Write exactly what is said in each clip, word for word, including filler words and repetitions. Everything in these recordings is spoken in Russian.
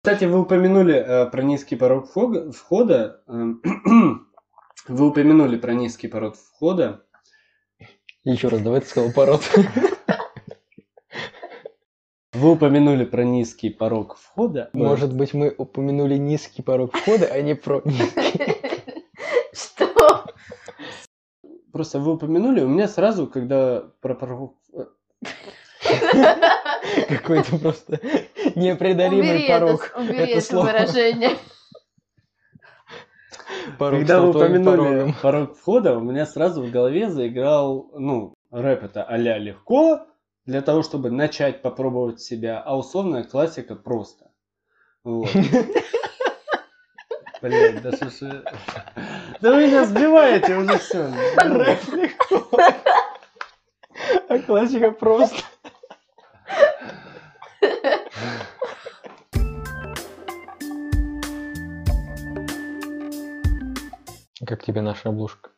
Кстати, вы упомянули э, про низкий порог вхога- входа. э, Вы упомянули про низкий порог входа. Еще раз, давай ты сказал пород. Вы упомянули про низкий порог входа. Может быть, мы упомянули низкий порог входа, а не про низкий. Что? Просто вы упомянули, у меня сразу, когда про порог... Какой-то просто непреодолимый Убери порог. это, убери Это это слово. выражение. Порог Когда стал вы твоим упомянули порогом. порог входа, у меня сразу в голове заиграл, ну, рэп это а-ля легко, для того, чтобы начать попробовать себя, а условная классика просто. Вот. Блядь, да что ж... Да вы меня сбиваете уже все. Рэп легко. А классика просто. Как тебе наша обложка?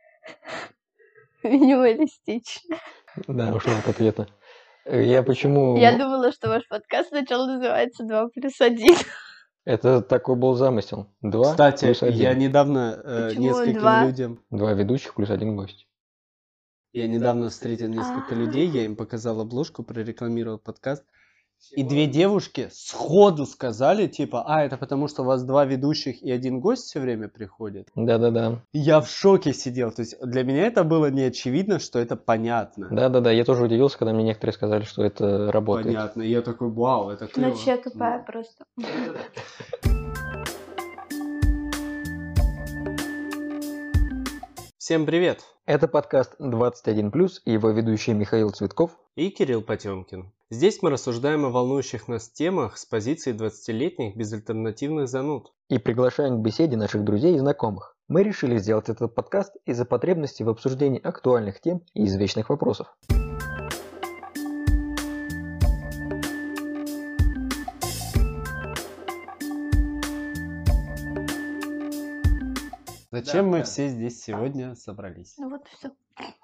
Минималистично. Да, ушел от ответа. Я почему... Я думала, что ваш подкаст сначала называется два плюс один. Это такой был замысел. Два Кстати, плюс один. я недавно э, Почему нескольким два? людям... Два ведущих плюс один гость. Я недавно встретил несколько А. людей, я им показал обложку, прорекламировал подкаст. И две девушки сходу сказали, типа, а, это потому, что у вас два ведущих и один гость все время приходит. Да-да-да. И я в шоке сидел. То есть для меня это было не очевидно, что это понятно. Да-да-да, я тоже удивился, когда мне некоторые сказали, что это работает. Понятно. И я такой, вау, это клево. Ночь я тупая просто. Всем привет. Это подкаст двадцать один плюс и его ведущий Михаил Цветков. И Кирилл Потемкин. Здесь мы рассуждаем о волнующих нас темах с позиции двадцатилетних безальтернативных зануд. И приглашаем к беседе наших друзей и знакомых. Мы решили сделать этот подкаст из-за потребности в обсуждении актуальных тем и извечных вопросов. Зачем Да, мы да. все здесь сегодня собрались? Ну вот все.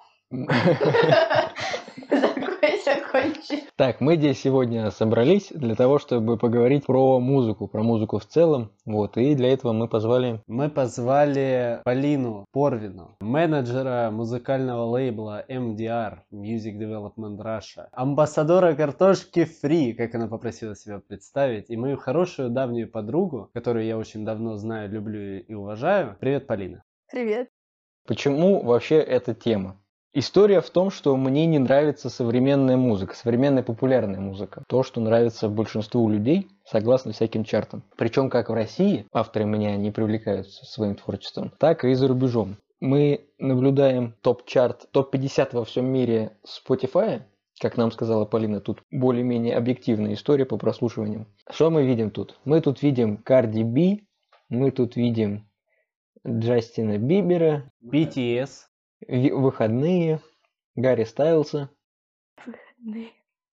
Такой закончили. Так, мы здесь сегодня собрались для того, чтобы поговорить про музыку, про музыку в целом. Вот, и для этого мы позвали... Мы позвали Полину Порвину, менеджера музыкального лейбла эм ди ар, Music Development Russia, амбассадора картошки фри, как она попросила себя представить, и мою хорошую давнюю подругу, которую я очень давно знаю, люблю и уважаю. Привет, Полина. Привет. Почему вообще эта тема? История в том, что мне не нравится современная музыка, современная популярная музыка. То, что нравится большинству людей, согласно всяким чартам. Причем как в России авторы меня не привлекаются своим творчеством, так и за рубежом. Мы наблюдаем топ-чарт, топ пятьдесят во всем мире Spotify. Как нам сказала Полина, тут более-менее объективная история по прослушиваниям. Что мы видим тут? Мы тут видим Cardi B, мы тут видим Джастина Бибера, би ти эс. Ви- Выходные, Гарри Стайлса. Выходные.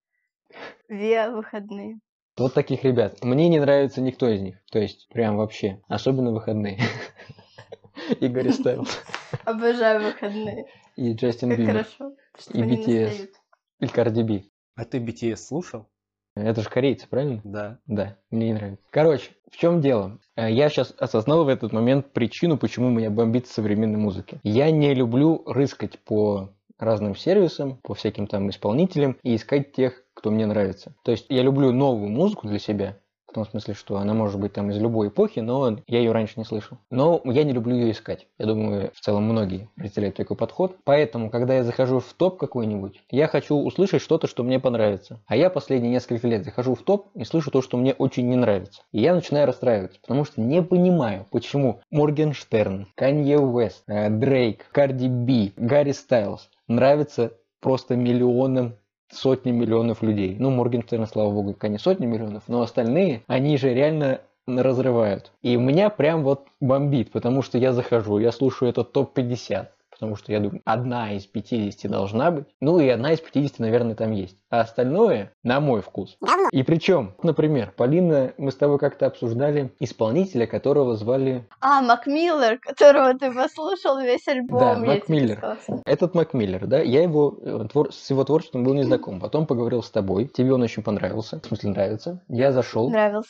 Виа выходные. Вот таких ребят. Мне не нравится никто из них. То есть, прям вообще. Особенно Выходные. И Гарри Стайлс. Обожаю выходные. И Джастин Как Бибер. хорошо, что И они би ти эс. настают. И Карди Би. А ты би ти эс слушал? Это же корейцы, правильно? Да. Да, мне не нравится. Короче, в чем дело? Э, Я сейчас осознал в этот момент причину, почему меня бомбит современной музыки. Я не люблю рыскать по разным сервисам, по всяким там исполнителям и искать тех, кто мне нравится. То есть я люблю новую музыку для себя, в том смысле, что она может быть там из любой эпохи, но я ее раньше не слышал. Но я не люблю ее искать. Я думаю, в целом многие разделяют такой подход. Поэтому, когда я захожу в топ какой-нибудь, я хочу услышать что-то, что мне понравится. А я последние несколько лет захожу в топ и слышу то, что мне очень не нравится. И я начинаю расстраиваться, потому что не понимаю, почему Моргенштерн, Канье Уэст, э, Дрейк, Карди Би, Гарри Стайлс нравится просто миллионам, сотни миллионов людей. Ну, Моргенштерн, слава богу, пока не сотни миллионов, но остальные, они же реально разрывают. И меня прям вот бомбит, потому что я захожу, я слушаю этот топ пятьдесят, потому что я думаю, одна из пятидесяти должна быть. Ну и одна из пятидесяти, наверное, там есть. А остальное на мой вкус. И причем, например, Полина, мы с тобой как-то обсуждали исполнителя, которого звали... А, Мак Миллер, которого ты послушал весь альбом. Да, я Мак тебе Миллер. сказала. Этот Мак Миллер, да, я его э, твор- с его творчеством был не знаком. Потом поговорил с тобой, тебе он очень понравился, в смысле нравится. Я зашел, Нравился.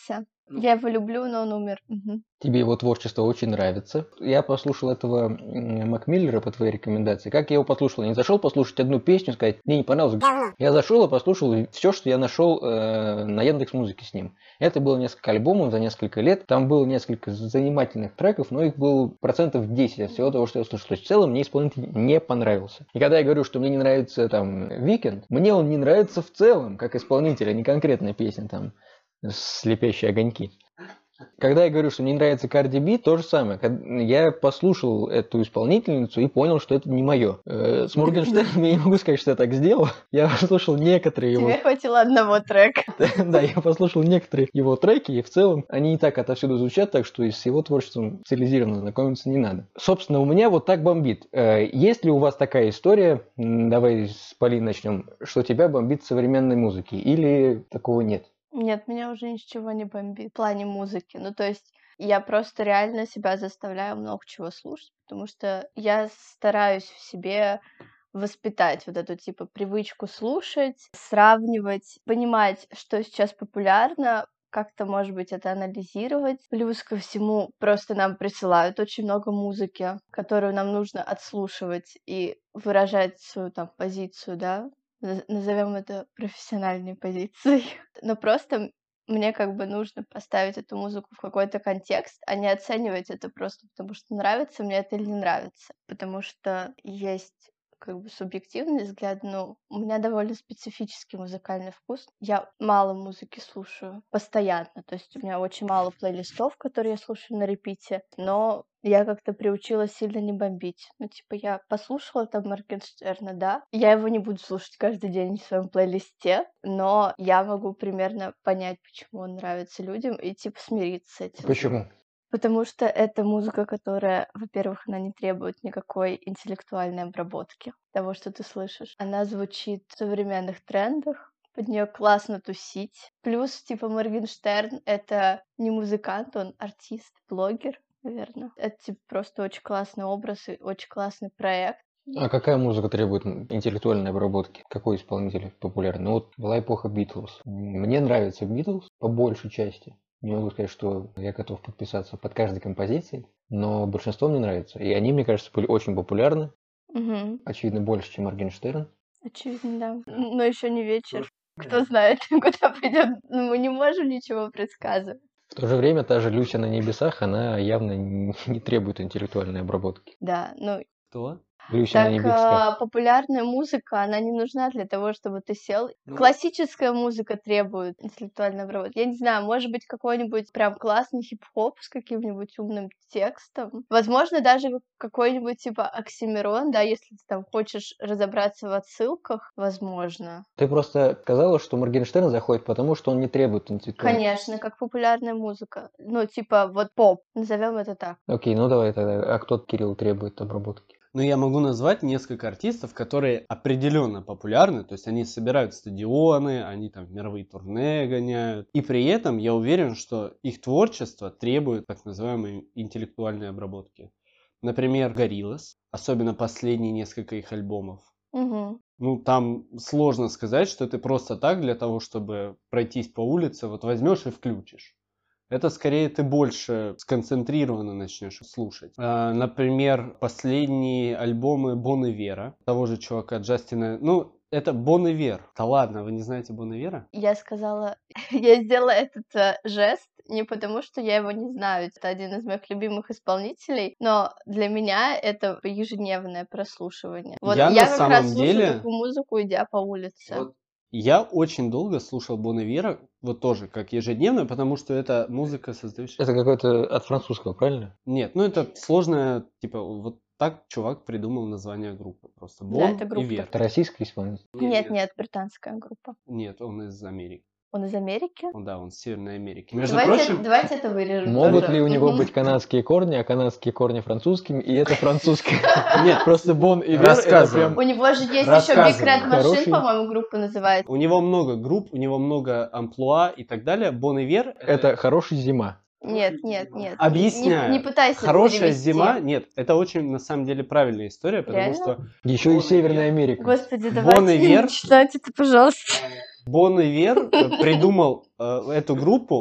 Я его люблю, но он умер. Мгм. Тебе его творчество очень нравится. Я послушал этого м, Мак Миллера по твоей рекомендации. Как я его послушал? Я не зашел послушать одну песню, сказать, мне не понравилось. Я зашел и послушал все, что я нашел э, на Яндекс.Музыке с ним. Это было несколько альбомов за несколько лет. Там было несколько занимательных треков, но их было процентов десять от всего того, что я слышал. То есть в целом мне исполнитель не понравился. И когда я говорю, что мне не нравится там Weeknd, мне он не нравится в целом, как исполнитель, а не конкретная песня там «Слепящие огоньки». Когда я говорю, что мне нравится Cardi B, то же самое. Я послушал эту исполнительницу и понял, что это не мое. С Моргенштерном я не могу сказать, что я так сделал. Я послушал некоторые его... Тебе хватило одного трека. Да, я послушал некоторые его треки, и в целом они не так отовсюду звучат, так что и с его творчеством специализированно знакомиться не надо. Собственно, у меня вот так бомбит. Есть ли у вас такая история, давай с Полины начнем, что тебя бомбит в современной музыке, или такого нет? Нет, меня уже ничего не бомбит в плане музыки. Ну, то есть я просто реально себя заставляю много чего слушать, потому что я стараюсь в себе воспитать вот эту, типа, привычку слушать, сравнивать, понимать, что сейчас популярно, как-то, может быть, это анализировать. Плюс ко всему, просто нам присылают очень много музыки, которую нам нужно отслушивать и выражать свою там позицию, да, назовем это профессиональной позицией. Но просто мне как бы нужно поставить эту музыку в какой-то контекст, а не оценивать это просто потому, что нравится мне это или не нравится. Потому что есть как бы субъективный взгляд, но у меня довольно специфический музыкальный вкус. Я мало музыки слушаю постоянно, то есть у меня очень мало плейлистов, которые я слушаю на репите, но я как-то приучилась сильно не бомбить. Ну, типа, я послушала там Моргенштерна, да, я его не буду слушать каждый день в своем плейлисте, но я могу примерно понять, почему он нравится людям, и, типа, смириться с этим. Почему? Потому что это музыка, которая, во-первых, она не требует никакой интеллектуальной обработки того, что ты слышишь. Она звучит в современных трендах, под нее классно тусить. Плюс, типа, Моргенштерн — это не музыкант, он артист, блогер, наверное. Это, типа, просто очень классный образ и очень классный проект. А какая музыка требует интеллектуальной обработки? Какой исполнитель популярный? Ну вот была эпоха Битлз. Мне нравится Битлз по большей части. Не могу сказать, что я готов подписаться под каждой композицией, но большинство мне нравится. И они, мне кажется, были очень популярны. Угу. Очевидно, больше, чем Моргенштерн. Очевидно, да. Но еще не вечер. Кто знает, куда пойдет. Ну, мы не можем ничего предсказывать. В то же время та же Люся на небесах, она явно не требует интеллектуальной обработки. Да, ну... Кто? Люся на Так небесах. э, популярная музыка, она не нужна для того, чтобы ты сел. Ну, Классическая музыка требует интеллектуальной обработки. Я не знаю, может быть, какой-нибудь прям классный хип-хоп с каким-нибудь умным текстом. Возможно, даже какой-нибудь типа Оксимирон, да, если ты там хочешь разобраться в отсылках, возможно. Ты просто сказала, что Моргенштерн заходит, потому что он не требует интеллектуальной. Конечно, как популярная музыка. Ну, типа вот поп, назовем это так. Окей, ну давай тогда. А кто, Кирилл, требует обработки? Ну, я могу назвать несколько артистов, которые определенно популярны, то есть они собирают стадионы, они там мировые турне гоняют. И при этом я уверен, что их творчество требует так называемой интеллектуальной обработки. Например, Gorillaz, особенно последние несколько их альбомов. Угу. Ну, там сложно сказать, что ты просто так для того, чтобы пройтись по улице, вот возьмешь и включишь. Это скорее ты больше сконцентрированно начнешь слушать. А, например, последние альбомы Бон Ивера, того же чувака Джастина. Ну, это Бон Ивер. Да ладно, вы не знаете Бон Ивера? Я сказала, я сделала этот э, жест не потому, что я его не знаю. Это один из моих любимых исполнителей, но для меня это ежедневное прослушивание. Вот Я я, на как самом раз деле... слушаю такую музыку, идя по улице. Вот. Я очень долго слушал Бон Ивера, вот тоже как ежедневно, потому что это музыка, создающая... Это какой-то от французского, правильно? Нет, ну это сложная, типа, вот так чувак придумал название группы. Просто Бон Да, это группа. Ивер. Это российский исполнитель? Нет, нет, британская группа. Нет, он из Америки. Он из Америки? Он, да, он из Северной Америки. Между Давайте, прочим, давайте это вырежем. Могут тоже. ли у него Мгм. быть канадские корни, а канадские корни французскими, и это французское? нет, Просто Бон Ивер, это Рассказывай. прям... У него же есть еще Big Рассказывай. Red Machine, Хороший. по-моему, группа называется. у него много групп, у него много амплуа и так далее. Бон Ивер... Это хороший зима. Нет, нет, нет. Объясняю. Не, не пытайся Хорошая перевести. зима, нет, это очень на самом деле правильная история, потому Реально? что Еще и Бон Северная Ивер. Америка. Господи, Бон давайте не Ивер. начинайте это, пожалуйста. Бон Ивер э, придумал э, эту группу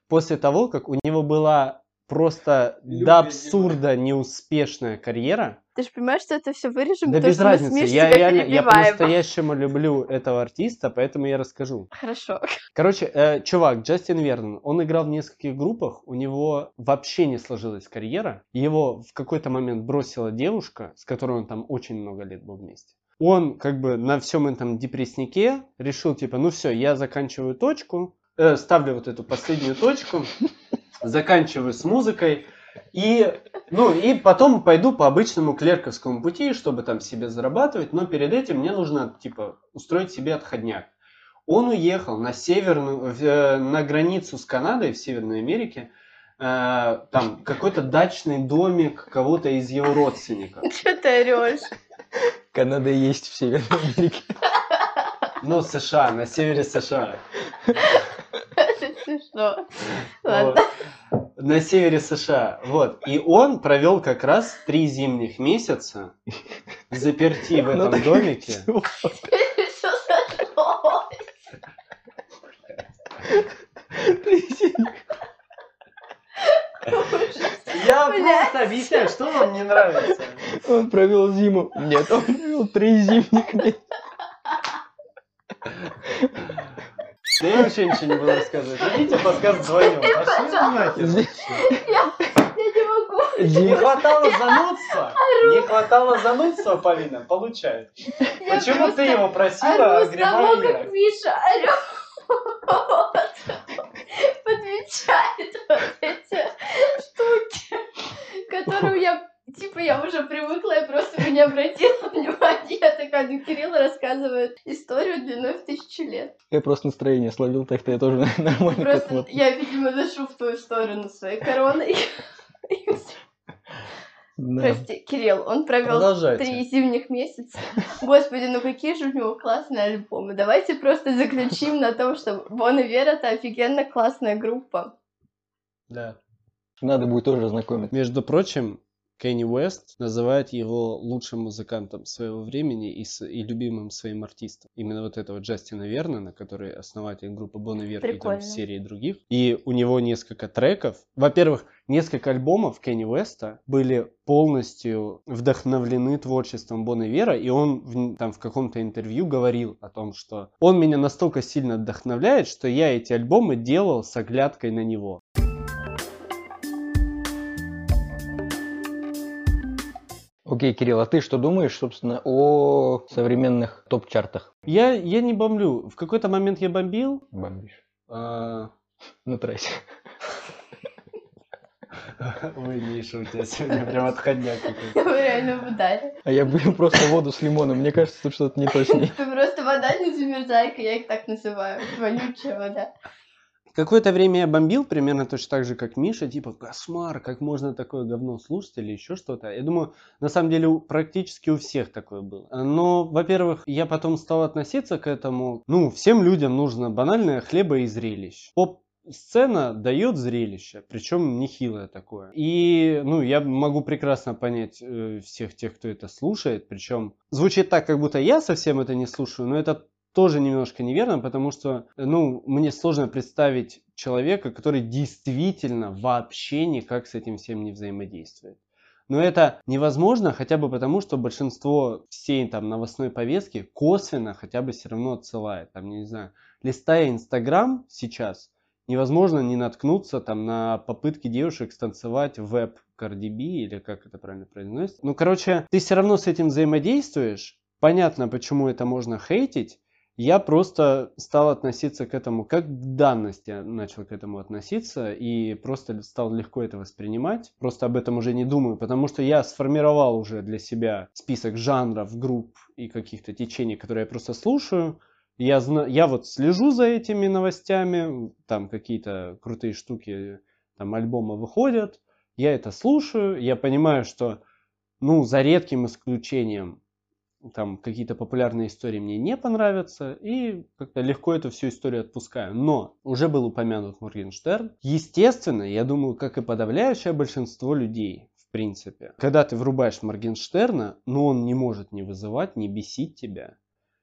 после того, как у него была просто Люблю до абсурда неуспешная карьера. Ты же понимаешь, что это все вырежем, Да потому без что мы с разницы, Мишей я тебя реально, я перебиваем. по-настоящему люблю этого артиста, поэтому я расскажу. Хорошо. Короче, э, чувак, Джастин Вернон, он играл в нескольких группах, у него вообще не сложилась карьера, его в какой-то момент бросила девушка, с которой он там очень много лет был вместе. Он как бы на всем этом депресснике решил, типа, ну все, я заканчиваю точку, э, ставлю вот эту последнюю точку, заканчиваю с музыкой, и, ну, и потом пойду по обычному клерковскому пути, чтобы там себе зарабатывать, но перед этим мне нужно, типа, устроить себе отходняк. Он уехал на северную, в, на границу с Канадой, в Северной Америке, э, там какой-то дачный домик кого-то из его родственников. Что ты орешь? Канада есть в Северной Америке. Ну, США, на севере США. Это смешно. Ладно. Вот. На севере США. Вот. И он провел как раз три зимних месяца заперти в этом домике. Что за новость? Я Блядь. просто объясняю, что вам не нравится. Он провел зиму. Нет, он провел три зимних месяца. Да я вообще ничего не буду рассказывать. Идите подкаст вдвоем. Пошли нахер. Я, я не могу. Не хватало занудства. Не хватало занудства, Полина. Получай. Я Почему просто ты его просила, ору с того, огребай как я? Миша орёт. Подмечает вот эти штуки, которую я, типа, я уже привыкла, я просто бы не обратила внимания. Я такая, ну, Кирилл рассказывает историю длиной в тысячу лет. Я просто настроение словил, так-то я тоже нормально к Просто этому. я, видимо, дышу в твою сторону своей короной. Да. Прости, Кирилл, он провел Продолжайте. три зимних месяца. Господи, ну какие же у него классные альбомы. Давайте просто заключим на том, что Бон Ивер — это офигенно классная группа. Да. Надо будет тоже ознакомиться. Между прочим, Кенни Уэст называет его лучшим музыкантом своего времени и, с, и любимым своим артистом. Именно вот этого Джастина Вернона, который основатель группы Bon Iver и там Прикольно. серии других. И у него несколько треков. Во-первых, несколько альбомов Кенни Уэста были полностью вдохновлены творчеством Bon Iver, и он в, там в каком-то интервью говорил о том, что он меня настолько сильно вдохновляет, что я эти альбомы делал с оглядкой на него. Окей, Кирилл, а ты что думаешь, собственно, о современных топ-чартах? Я, я не бомблю. В какой-то момент я бомбил. Бомбишь. А, На трассе. Ой, Миша, у тебя сегодня прям отходняк какой-то. Вы реально в ударе. А я пью просто воду с лимоном. Мне кажется, тут что-то не то с ней. Ты просто вода не замерзайка, я их так называю. Вонючая вода. Какое-то время я бомбил, примерно точно так же, как Миша, типа, кошмар, как можно такое говно слушать или еще что-то. Я думаю, на самом деле у- практически у всех такое было. Но, во-первых, я потом стал относиться к этому, ну, всем людям нужно банальное хлеба и зрелищ. Поп-сцена дает зрелище, причем нехилое такое. И, ну, я могу прекрасно понять э, всех тех, кто это слушает, причем звучит так, как будто я совсем это не слушаю, но это тоже немножко неверно, потому что, ну, мне сложно представить человека, который действительно вообще никак с этим всем не взаимодействует. Но это невозможно хотя бы потому, что большинство всей там новостной повестки косвенно хотя бы все равно отсылает. Там, не знаю, листая Инстаграм сейчас, невозможно не наткнуться там на попытки девушек станцевать веб Cardi B, или как это правильно произносится. Ну, короче, ты все равно с этим взаимодействуешь. Понятно, почему это можно хейтить. Я просто стал относиться к этому как к данности, начал к этому относиться и просто стал легко это воспринимать. Просто об этом уже не думаю, потому что я сформировал уже для себя список жанров, групп и каких-то течений, которые я просто слушаю. Я, зна... я вот слежу за этими новостями, там какие-то крутые штуки, там альбомы выходят, я это слушаю, я понимаю, что, ну, за редким исключением, там какие-то популярные истории мне не понравятся, и как-то легко эту всю историю отпускаю. Но уже был упомянут Моргенштерн. Естественно, я думаю, как и подавляющее большинство людей, в принципе, когда ты врубаешь Моргенштерна, ну он не может не вызывать, не бесить тебя.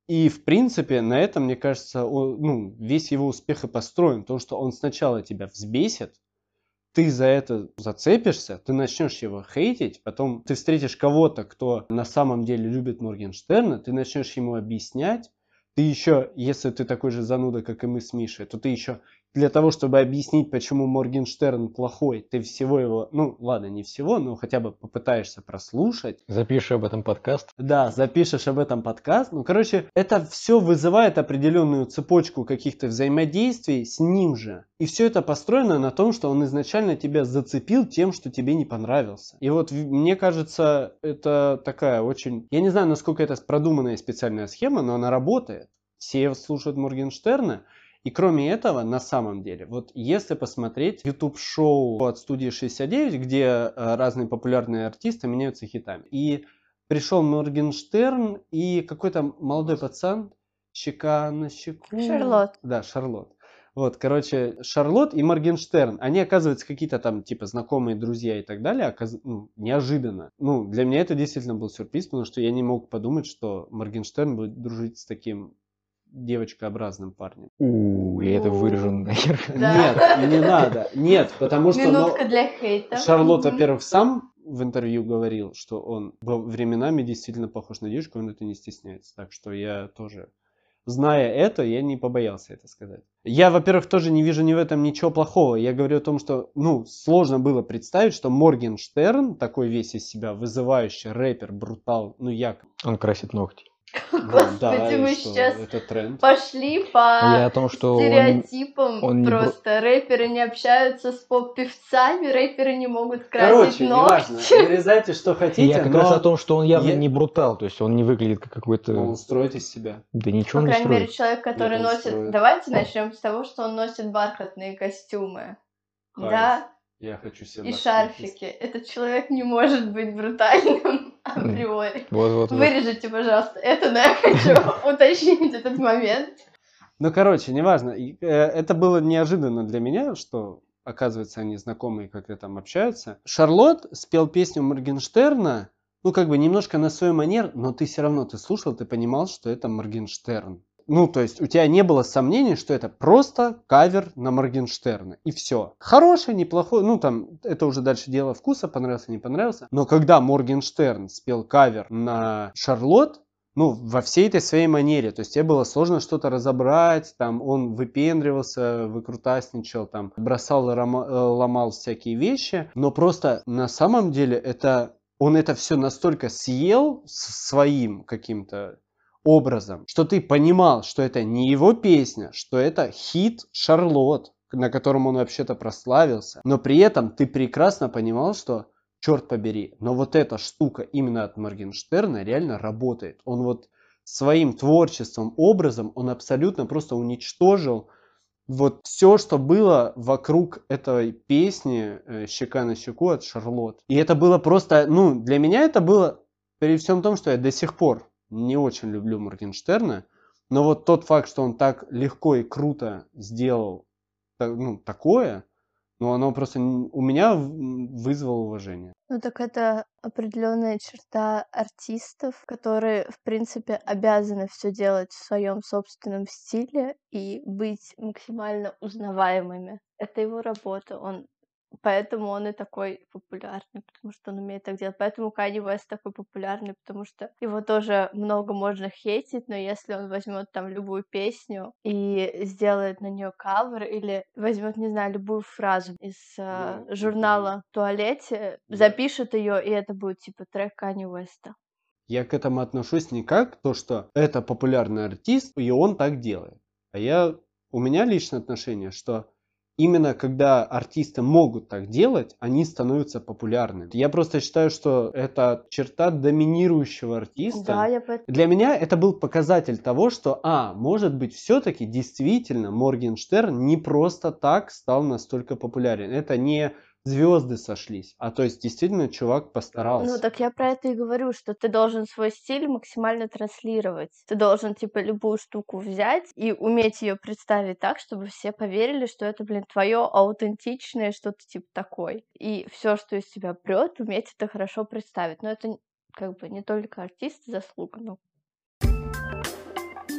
И, в принципе, на этом, мне кажется, он, ну, весь его успех и построен. То, что он сначала тебя взбесит, ты за это зацепишься, ты начнешь его хейтить, потом ты встретишь кого-то, кто на самом деле любит Моргенштерна, ты начнешь ему объяснять, ты еще, если ты такой же зануда, как и мы с Мишей, то ты еще для того, чтобы объяснить, почему Моргенштерн плохой, ты всего его, ну ладно, не всего, но хотя бы попытаешься прослушать. Запишешь об этом подкаст. Да, запишешь об этом подкаст. Ну, короче, это все вызывает определенную цепочку каких-то взаимодействий с ним же. И все это построено на том, что он изначально тебя зацепил тем, что тебе не понравился. И вот мне кажется, это такая очень... Я не знаю, насколько это продуманная специальная схема, но она работает. Все слушают Моргенштерна. И кроме этого, на самом деле, вот если посмотреть YouTube-шоу от студии шестьдесят девять, где э, разные популярные артисты меняются хитами. И пришел Моргенштерн и какой-то молодой пацан, щека на щеку. Шарлот. Да, Шарлот. Вот, короче, Шарлот и Моргенштерн, они, оказывается, какие-то там, типа, знакомые, друзья и так далее, оказ... ну, неожиданно. Ну, для меня это действительно был сюрприз, потому что я не мог подумать, что Моргенштерн будет дружить с таким девочкообразным парнем. У, я это вырежу нахер. Да. Нет, не надо. Нет, потому что... Минутка ну, для хейта. Шарлот, Мгм. во-первых, сам в интервью говорил, что он во временами действительно похож на девочку, он это не стесняется. Так что я тоже, зная это, я не побоялся это сказать. Я, во-первых, тоже не вижу ни в этом ничего плохого. Я говорю о том, что, ну, сложно было представить, что Моргенштерн, такой весь из себя вызывающий рэпер, брутал, ну, якобы. Он красит ногти. Ну, да, Господи, и мы что, сейчас это тренд. пошли Я о по том, что он- стереотипам. он не бро- Просто рэперы не общаются с поп-певцами, рэперы не могут красить Короче, неважно, ногти. вырезайте, что хотите, Я как но раз о том, что он явно я- не брутал, то есть он не выглядит как какой-то... но он строит из себя. Да По ничего он не крайней мере, строит. человек, который он носит... строит. Давайте начнем с того, что он носит бархатные костюмы. Кайф. Да, Я хочу себе и бархатный шарфики. Этот человек не может быть брутальным априори. Вот, вот, вот. Вырежите, пожалуйста, это, но я хочу уточнить этот момент. Ну, короче, неважно. И, э, Это было неожиданно для меня, что, оказывается, они знакомые, как-то там общаются. Шарлот спел песню Моргенштерна, ну, как бы немножко на свой манер, но ты все равно, ты слушал, ты понимал, что это Моргенштерн. Ну, то есть у тебя не было сомнений, что это просто кавер на Моргенштерна. И все. Хороший, неплохой, ну, там, это уже дальше дело вкуса, понравился, не понравился. Но когда Моргенштерн спел кавер на Шарлот, ну, во всей этой своей манере. То есть тебе было сложно что-то разобрать, там он выпендривался, выкрутасничал, там бросал, рома- э, ломал всякие вещи. Но просто на самом деле это он это все настолько съел с- своим каким-то образом, что ты понимал, что это не его песня, что это хит Шарлот, на котором он вообще-то прославился. Но при этом ты прекрасно понимал, что черт побери, но вот эта штука именно от Моргенштерна реально работает. Он вот своим творчеством, образом, он абсолютно просто уничтожил вот все, что было вокруг этой песни э, «Щека на щеку» от Шарлот. И это было просто, ну, для меня это было, при всем том, что я до сих пор не очень люблю Моргенштерна, но вот тот факт, что он так легко и круто сделал та- ну, такое, ну, оно просто н- у меня в- вызвало уважение. Ну так это определенная черта артистов, которые, в принципе, обязаны все делать в своем собственном стиле и быть максимально узнаваемыми. Это его работа. Он Поэтому он и такой популярный, потому что он умеет так делать. Поэтому Канье Уэст такой популярный, потому что его тоже много можно хейтить, но если он возьмет там любую песню и сделает на нее кавер, или возьмет, не знаю, любую фразу из э, Ну, журнала в туалете, Да. запишет ее, и это будет типа трек Канье Уэста. Я к этому отношусь не как то, что это популярный артист, и он так делает. А я, у меня личное отношение, что именно когда артисты могут так делать, они становятся популярными. Я просто считаю, что это черта доминирующего артиста. Да, я поэтому... Для меня это был показатель того, что, а, может быть, все-таки действительно Моргенштерн не просто так стал настолько популярен. Это не звезды сошлись, а то есть действительно чувак постарался. Ну, так я про это и говорю, что ты должен свой стиль максимально транслировать. Ты должен, типа, любую штуку взять и уметь ее представить так, чтобы все поверили, что это, блин, твое аутентичное что-то типа такой. И все, что из тебя прет, уметь это хорошо представить. Но это как бы не только артист заслуга, но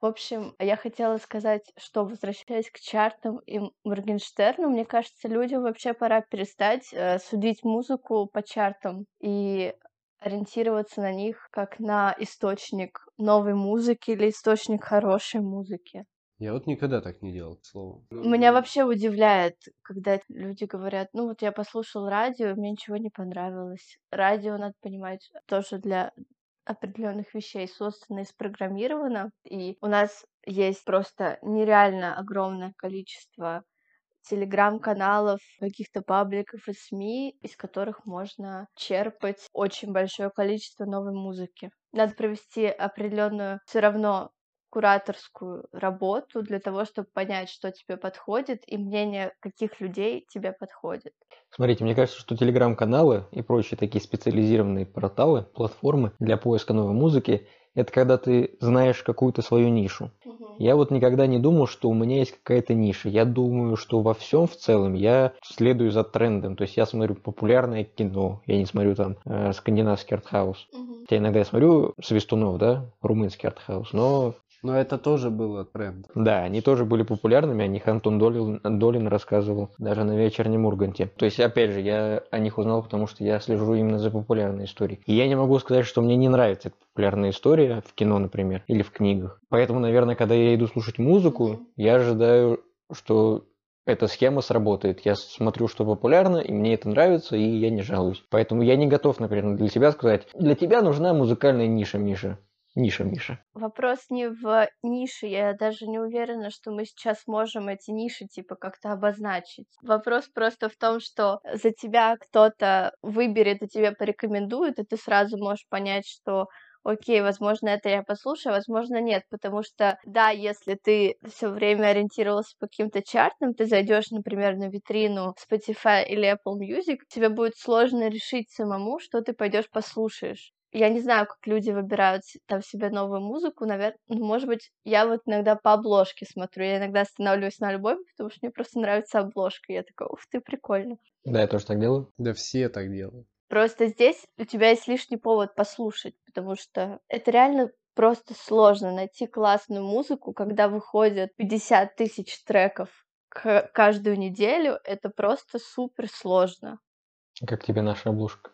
В общем, я хотела сказать, что, возвращаясь к чартам и Моргенштерну, мне кажется, людям вообще пора перестать э, судить музыку по чартам и ориентироваться на них как на источник новой музыки или источник хорошей музыки. Я вот никогда так не делал, к слову. Меня вообще удивляет, когда люди говорят, ну вот я послушал радио, и мне ничего не понравилось. Радио, надо понимать, тоже для определенных вещей создано и спрограммировано, и у нас есть просто нереально огромное количество телеграм-каналов, каких-то пабликов и СМИ, из которых можно черпать очень большое количество новой музыки. Надо провести определенную все равно кураторскую работу для того, чтобы понять, что тебе подходит, и мнение каких людей тебе подходит. Смотрите, мне кажется, что телеграм-каналы и прочие такие специализированные порталы, платформы для поиска новой музыки, это когда ты знаешь какую-то свою нишу. Мгм. Я вот никогда не думал, что у меня есть какая-то ниша. Я думаю, что во всем в целом я следую за трендом. То есть я смотрю популярное кино, я не смотрю там э, скандинавский артхаус. Мгм. Хотя иногда я смотрю Свистунов, да, румынский артхаус, но Но это тоже было тренд. да, они тоже были популярными, о них Антон Долин, Долин рассказывал даже на вечернем Урганте. То есть, опять же, я о них узнал, потому что я слежу именно за популярной историей. И я не могу сказать, что мне не нравится эта популярная история в кино, например, или в книгах. Поэтому, наверное, когда я иду слушать музыку, Мгм. я ожидаю, что эта схема сработает. Я смотрю, что популярно, и мне это нравится, и я не жалуюсь. Поэтому я не готов, например, для себя сказать, для тебя нужна музыкальная ниша, Миша. Ниша, Миша. Вопрос не в нише, я даже не уверена, что мы сейчас можем эти ниши типа как-то обозначить. Вопрос просто в том, что за тебя кто-то выберет и тебе порекомендует, и ты сразу можешь понять, что окей, возможно, это я послушаю, а возможно, нет, потому что, да, если ты все время ориентировался по каким-то чартам, ты зайдешь, например, на витрину Spotify или Apple Music, тебе будет сложно решить самому, что ты пойдешь послушаешь. Я не знаю, как люди выбирают с- там себе новую музыку, наверное, ну, может быть, я вот иногда по обложке смотрю, я иногда останавливаюсь на альбоме, потому что мне просто нравится обложка, и я такая, ух ты, прикольно. Да, я тоже так делаю. Да все так делают. Просто здесь у тебя есть лишний повод послушать, потому что это реально просто сложно найти классную музыку, когда выходит пятьдесят тысяч треков к- каждую неделю, это просто супер сложно. Как тебе наша обложка?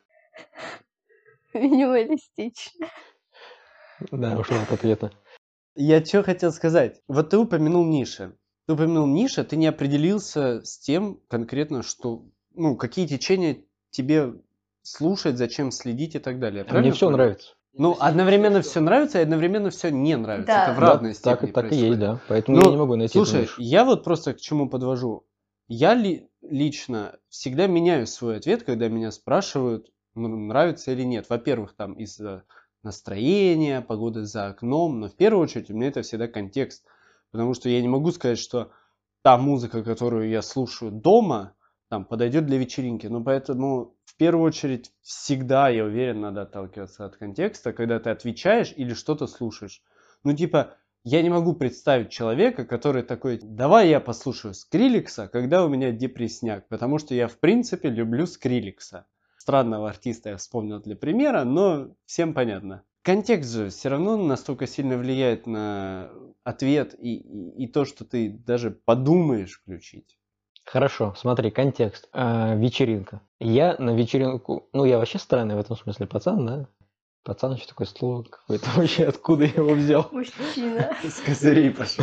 Минималистично. Да, ушла от ответа. Я что хотел сказать. Вот ты упомянул ниши. Ты упомянул ниши, ты не определился с тем конкретно, что, ну, какие течения тебе слушать, зачем следить и так далее. А мне Правильно все понял? нравится. Ну, одновременно все нравится и одновременно все не нравится. Да. Это в Да, равной так, степени и- так и происходит. есть, да. Поэтому Ну, я не могу найти эту слушай, нишу. я вот просто к чему подвожу. Я ли, лично всегда меняю свой ответ, когда меня спрашивают, м, нравится или нет. Во-первых, там из-за настроения, погоды за окном, но в первую очередь у меня это всегда контекст. Потому что я не могу сказать, что та музыка, которую я слушаю дома, там, подойдет для вечеринки. Но поэтому в первую очередь всегда, я уверен, надо отталкиваться от контекста, когда ты отвечаешь или что-то слушаешь. Ну, типа, я не могу представить человека, который такой, давай я послушаю Скриликса, когда у меня депрессняк, потому что я в принципе люблю Скриликса. Странного артиста я вспомнил для примера, но всем понятно. Контекст же все равно настолько сильно влияет на ответ и, и, и то, что ты даже подумаешь включить. Хорошо, смотри, контекст. А, вечеринка. Я на вечеринку... Ну, я вообще странный в этом смысле пацан, да? Пацан, что такое слово какое-то вообще, откуда я его взял? Мужчина. С козырей пошел.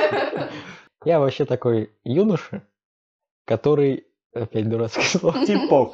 Я вообще такой юноша, который... Опять дурацкое слово. Типок.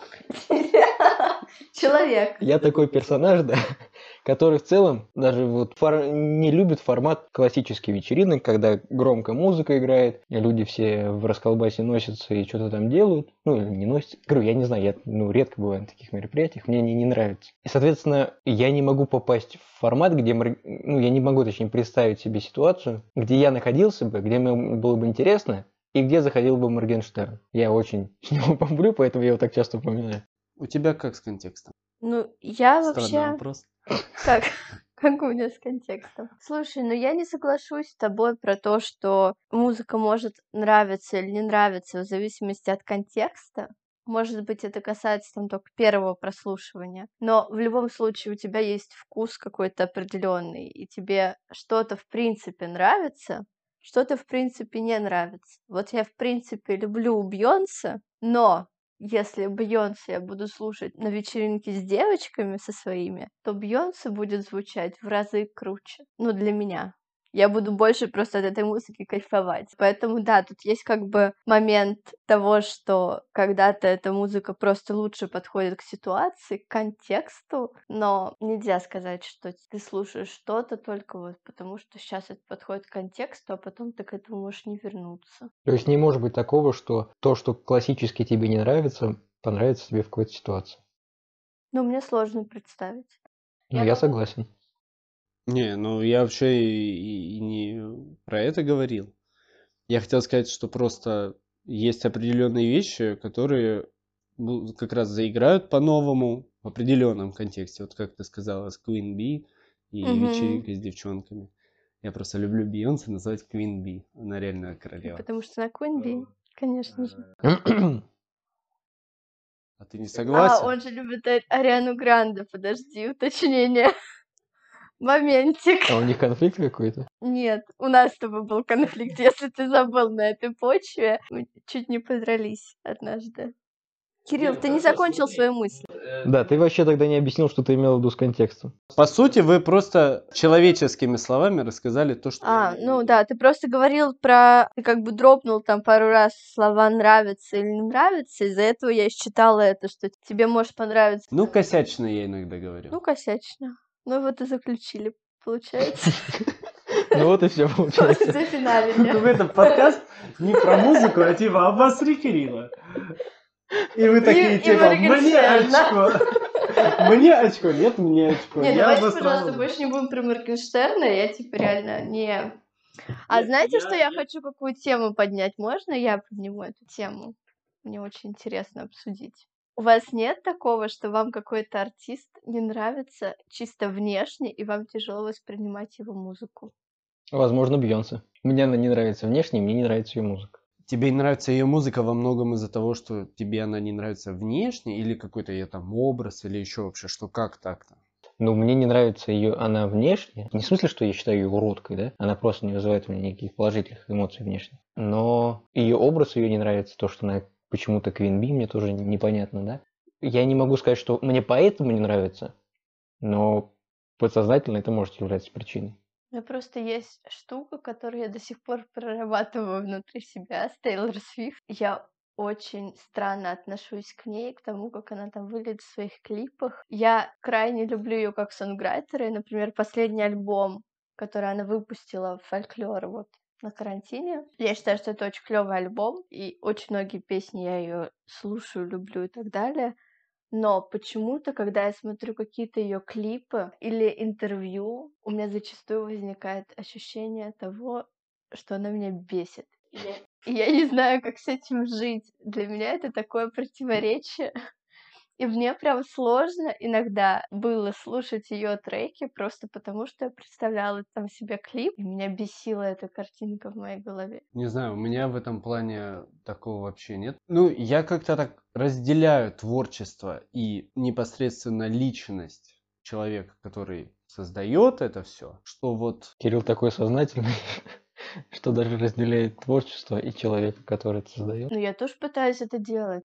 Человек. Я такой персонаж, да, который в целом даже вот фор- не любит формат классический вечеринок, когда громко музыка играет, и люди все в расколбасе носятся и что-то там делают. Ну, или не носятся. Говорю, я не знаю, я ну, редко бываю на таких мероприятиях, мне они не нравятся. И, соответственно, я не могу попасть в формат, где... мор- Ну, я не могу, точнее, представить себе ситуацию, где я находился бы, где мне было бы интересно, и где заходил бы Моргенштерн. Я очень с него бомблю, поэтому я его так часто упоминаю. У тебя как с контекстом? Ну, я Странный вообще... вопрос. Как? Как у меня с контекстом? Слушай, ну я не соглашусь с тобой про то, что музыка может нравиться или не нравиться в зависимости от контекста. Может быть, это касается там только первого прослушивания, но в любом случае у тебя есть вкус какой-то определенный, и тебе что-то в принципе нравится, что-то в принципе не нравится. Вот я в принципе люблю Бейонсе, но если Бейонсе я буду слушать на вечеринке с девочками со своими, то Бейонсе будет звучать в разы круче. Ну, для меня. Я буду больше просто от этой музыки кайфовать. Поэтому, да, тут есть как бы момент того, что когда-то эта музыка просто лучше подходит к ситуации, к контексту, но нельзя сказать, что ты слушаешь что-то только вот потому, что сейчас это подходит к контексту, а потом ты к этому можешь не вернуться. То есть не может быть такого, что то, что классически тебе не нравится, понравится тебе в какой-то ситуации. Но мне сложно представить. Ну, Я я думаю- согласен. Не, ну я вообще и, и не про это говорил. Я хотел сказать, что просто есть определенные вещи, которые ну, как раз заиграют по-новому в определенном контексте. Вот как ты сказала, с Queen Bee и Мгм. вечеринкой с девчонками. Я просто люблю Бейонсе называть Queen Bee. Она реально королева. Потому что на Queen Bee, конечно же. А ты не А, согласен? он же любит А- Ариану Гранде, подожди, уточнение. Моментик. А у них конфликт какой-то? Нет, у нас с тобой был конфликт, если ты забыл на этой почве. Мы чуть не подрались однажды. Кирилл, ты не закончил свою мысль. Да, ты вообще тогда не объяснил, что ты имел в виду с контекстом. По сути, вы просто человеческими словами рассказали то, что... А, ну да, ты просто говорил про... Ты как бы дропнул там пару раз слова «нравится» или «не нравится», из-за этого я и считала это, что тебе может понравиться. Ну, косячно я иногда говорю. Ну, косячно. Ну, вот и заключили, получается. Ну вот и все получается. Зафиналили. В этом подкаст не про музыку, а типа обосри Кирилла. И вы такие И- и типа, мне Моргенштерна. очко. Мне очко, нет, мне очко. Не, Я давайте, обосрал. пожалуйста, больше не будем про Моргенштерна, я типа реально не... А Нет, знаете, я- что я хочу, какую тему поднять? Можно я подниму эту тему? Мне очень интересно обсудить. У вас нет такого, что вам какой-то артист не нравится чисто внешне, и вам тяжело воспринимать его музыку? Возможно, Бейонсе. Мне она не нравится внешне, мне не нравится ее музыка. Тебе не нравится ее музыка во многом из-за того, что тебе она не нравится внешне, или какой-то ее там образ, или еще вообще, что как так-то? Ну, мне не нравится ее она внешне. Не в смысле, что я считаю ее уродкой, да? Она просто не вызывает у меня никаких положительных эмоций внешне. Но ее образ ее не нравится, то, что она почему-то Queen Bee, мне тоже непонятно, да? Я не могу сказать, что мне поэтому не нравится, но подсознательно это может являться причиной. У меня просто есть штука, которую я до сих пор прорабатываю внутри себя с Тейлор Свифт. Я очень странно отношусь к ней, к тому, как она там выглядит в своих клипах. Я крайне люблю ее как сонграйтера, и, например, последний альбом, который она выпустила, «Фольклор», вот на карантине. Я считаю, что это очень клевый альбом, и очень многие песни я ее слушаю, люблю и так далее. Но почему-то, когда я смотрю какие-то ее клипы или интервью, у меня зачастую возникает ощущение того, что она меня бесит. И я, и я не знаю, как с этим жить. Для меня это такое противоречие. И мне прям сложно иногда было слушать ее треки, просто потому что я представляла там себе клип, и меня бесила эта картинка в моей голове. Не знаю, у меня в этом плане такого вообще нет. Ну, я как-то так разделяю творчество и непосредственно личность человека, который создает это все, что вот... Кирилл такой сознательный, что даже разделяет творчество и человека, который это создает. Но я тоже пытаюсь это делать.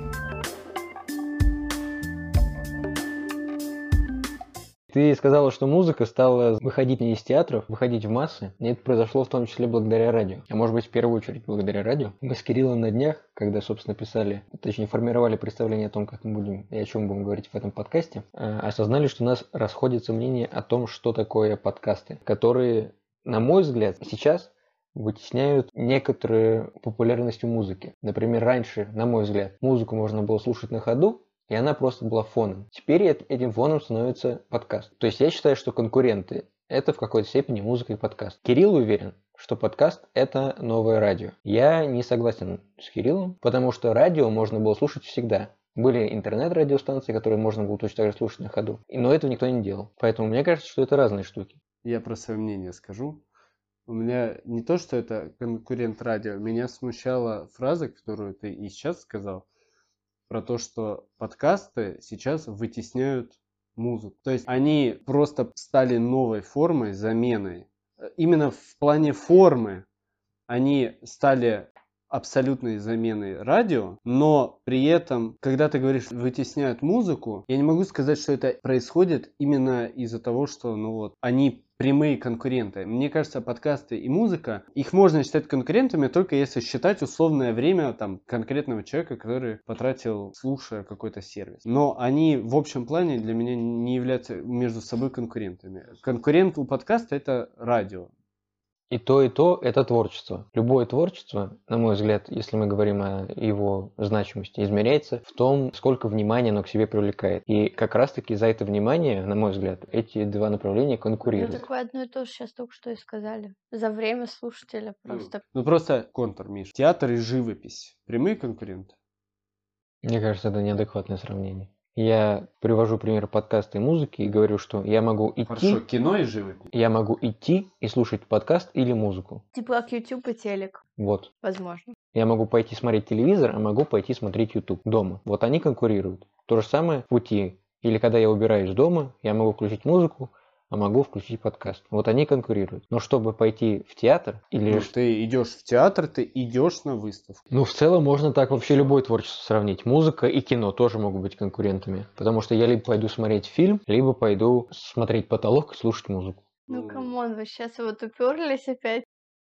Ты сказала, что музыка стала выходить не из театров, выходить в массы. И это произошло в том числе благодаря радио. А может быть, в первую очередь благодаря радио. Мы с Кириллом на днях, когда, собственно, писали, точнее, формировали представление о том, как мы будем и о чем будем говорить в этом подкасте, осознали, что у нас расходятся мнения о том, что такое подкасты, которые, на мой взгляд, сейчас вытесняют некоторую популярность у музыки. Например, раньше, на мой взгляд, музыку можно было слушать на ходу, и она просто была фоном. Теперь этим фоном становится подкаст. То есть я считаю, что конкуренты – это в какой-то степени музыка и подкаст. Кирилл уверен, что подкаст – это новое радио. Я не согласен с Кириллом, потому что радио можно было слушать всегда. Были интернет-радиостанции, которые можно было точно так же слушать на ходу. Но этого никто не делал. Поэтому мне кажется, что это разные штуки. Я про свое мнение скажу. У меня не то, что это конкурент радио, меня смущала фраза, которую ты и сейчас сказал, про то, что подкасты сейчас вытесняют музыку. То есть они просто стали новой формой, заменой. Именно в плане формы они стали абсолютной заменой радио, но при этом, когда ты говоришь вытесняют музыку, я не могу сказать, что это происходит именно из-за того, что ну вот они прямые конкуренты. Мне кажется, подкасты и музыка, их можно считать конкурентами только если считать условное время там конкретного человека, который потратил, слушая какой-то сервис. Но они в общем плане для меня не являются между собой конкурентами. Конкурент у подкаста это радио. И то, и то – это творчество. Любое творчество, на мой взгляд, если мы говорим о его значимости, измеряется в том, сколько внимания оно к себе привлекает. И как раз-таки за это внимание, на мой взгляд, эти два направления Ну, конкурируют. так вы одно и то же сейчас только что и сказали. За время слушателя просто. Ну просто контур, Миш. Театр и живопись. Прямые конкуренты. Мне кажется, это неадекватное сравнение. Я привожу пример подкаста и музыки и говорю, что я могу идти, Хорошо, кино и живопись. я могу идти и слушать подкаст или музыку. Типа как YouTube и телек, Вот. возможно. Я могу пойти смотреть телевизор, а могу пойти смотреть YouTube дома. Вот они конкурируют. То же самое в пути. Или когда я убираюсь дома, я могу включить музыку, а могу включить подкаст. Вот они конкурируют. Но чтобы пойти в театр или... Ну, ты идешь в театр, ты идешь на выставку. Ну, в целом можно так вообще любое творчество сравнить. Музыка и кино тоже могут быть конкурентами. Потому что я либо пойду смотреть фильм, либо пойду смотреть потолок и слушать музыку. Ну, камон, вы сейчас вот уперлись опять.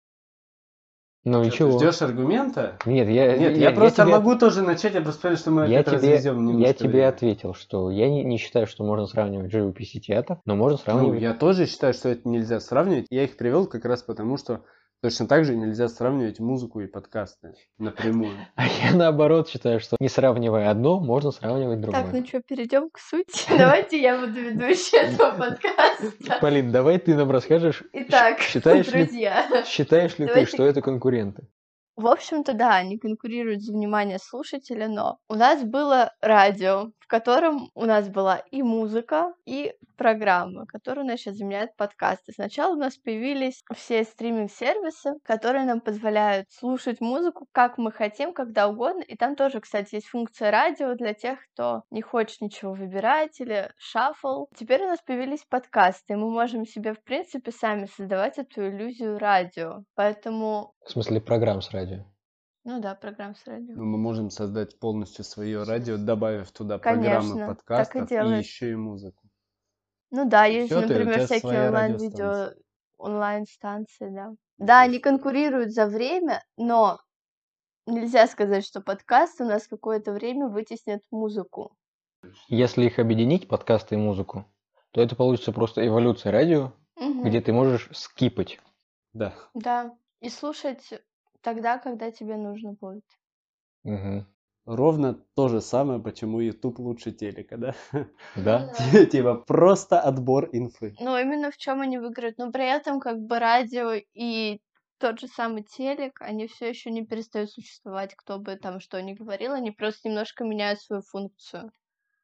Ну Что, ничего. ты ждешь аргумента? Нет, я, Нет, я, просто тебе, могу тоже начать, я просто понял, что мы я опять тебе, развезем я немножко тебе время. ответил, что я не, не считаю, что можно сравнивать живопись и театр, но можно Ну, сравнивать... я тоже считаю, что это нельзя сравнивать. Я их привел как раз потому, что точно так же нельзя сравнивать музыку и подкасты напрямую. А я наоборот считаю, что не сравнивая одно, можно сравнивать другое. Так, ну что, перейдем к сути. Давайте я буду ведущей этого подкаста. Полин, давай ты нам расскажешь, Итак, считаешь ли, друзья. считаешь ли ты, Давайте- что это конкуренты? В общем-то, да, они конкурируют за внимание слушателя, но у нас было радио, в котором у нас была и музыка, и программы, которые у нас сейчас заменяют подкасты. Сначала у нас появились все стриминг-сервисы, которые нам позволяют слушать музыку, как мы хотим, когда угодно. И там тоже, кстати, есть функция радио для тех, кто не хочет ничего выбирать или шаффл. Теперь у нас появились подкасты, и мы можем себе, в принципе, сами создавать эту иллюзию радио. Поэтому В смысле программ с радио. ну да, программ с радио. Ну, мы можем создать полностью свое радио, добавив туда Конечно, программы так и подкастов и, делается. еще и музыку. Ну да, И есть, всё, ты- у например, тебя всякие своя онлайн-видео, радиостанция. онлайн-станции, да. Да, они конкурируют за время, но нельзя сказать, что подкасты у нас какое-то время вытеснят музыку. Если их объединить, подкасты и музыку, то это получится просто эволюция радио, Мгм. где ты можешь скипать. Да. Да, и слушать тогда, когда тебе нужно будет. Мгм. Ровно то же самое, почему YouTube лучше телека, да? Да? Типа просто отбор инфы. Но именно в чем они выиграют. Но при этом как бы радио и тот же самый телек, они все еще не перестают существовать, кто бы там что ни говорил, они просто немножко меняют свою функцию.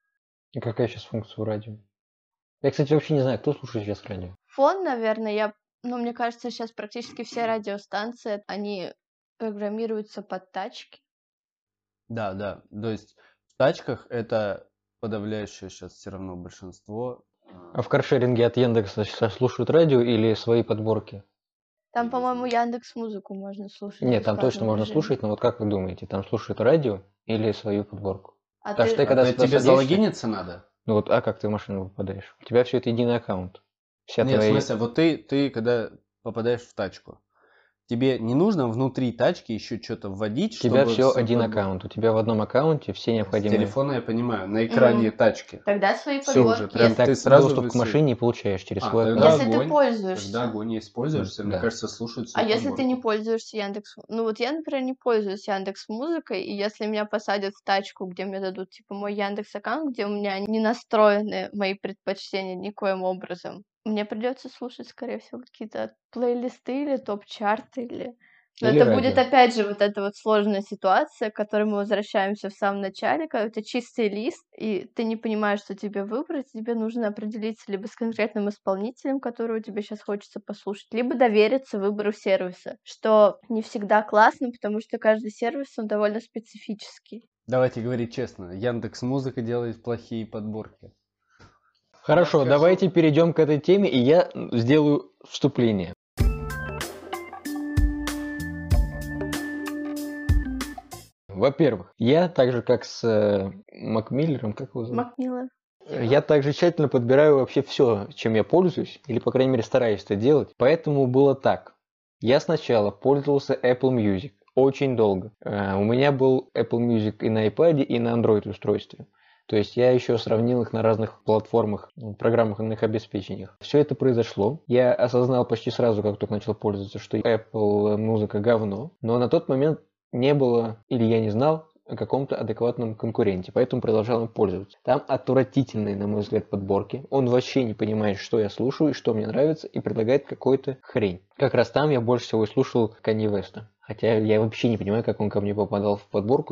И какая сейчас функция у радио? Я, кстати, вообще не знаю, кто слушает сейчас радио. Фон, наверное, я, ну, мне кажется, сейчас практически все радиостанции, они программируются под тачки. Да, да. То есть в тачках это подавляющее сейчас все равно большинство. А в каршеринге от Яндекса сейчас слушают радио или свои подборки? Там, по-моему, Яндекс Музыку можно слушать. в Нет, там точно бесплатном можно режиме. слушать, но вот как вы думаете, там слушают радио или свою подборку? А Так ты... что ты когда А сюда тебе садишься- залогиниться надо? Ну вот, а как ты в машину попадаешь? У тебя все это единый аккаунт. Вся Нет, в твоя... смысле, вот ты, ты когда попадаешь в тачку, тебе не нужно внутри тачки еще что-то вводить, У тебя чтобы все всё один подбор- аккаунт. У тебя в одном аккаунте все С необходимые... телефона я понимаю, на экране тачки. Тогда свои Всё подборки. уже, прям есть. Так ты сразу доступ к высвет- машине получаешь через А, свой тогда аккаунт. Если ты огонь. пользуешься. Тогда огонь не используешься, мне Да. кажется, слушают А всю если ты не подборку. пользуешься Яндекс... Ну вот я, например, не пользуюсь Яндекс Музыкой, и если меня посадят в тачку, где мне дадут, типа, мой Яндекс аккаунт, где у меня не настроены мои предпочтения никоим образом, мне придется слушать, скорее всего, какие-то плейлисты или топ-чарты, или... Но Или это радио. будет, опять же, вот эта вот сложная ситуация, к которой мы возвращаемся в самом начале, когда это чистый лист, и ты не понимаешь, что тебе выбрать, тебе нужно определиться либо с конкретным исполнителем, которого тебе сейчас хочется послушать, либо довериться выбору сервиса, что не всегда классно, потому что каждый сервис, он довольно специфический. Давайте говорить честно, Яндекс Музыка делает плохие подборки. Хорошо, Расскажу. давайте перейдем к этой теме, и я сделаю вступление. Во-первых, я так же, как с э, Макмиллером, как его зовут? Макмиллер. Я также тщательно подбираю вообще все, чем я пользуюсь, или, по крайней мере, стараюсь это делать. Поэтому было так. Я сначала пользовался Apple Music очень долго. Э, У меня был Apple Music и на iPad, и на Android устройстве. То есть я еще сравнил их на разных платформах, ну, программных обеспечениях. Все это произошло. Я осознал почти сразу, как только начал пользоваться, что Apple музыка говно. Но на тот момент не было, или я не знал о каком-то адекватном конкуренте, поэтому продолжал им пользоваться. Там отвратительные, на мой взгляд, подборки. Он вообще не понимает, что я слушаю и что мне нравится, и предлагает какую-то хрень. Как раз там я больше всего и слушал Канье Веста. Хотя я вообще не понимаю, как он ко мне попадал в подборку.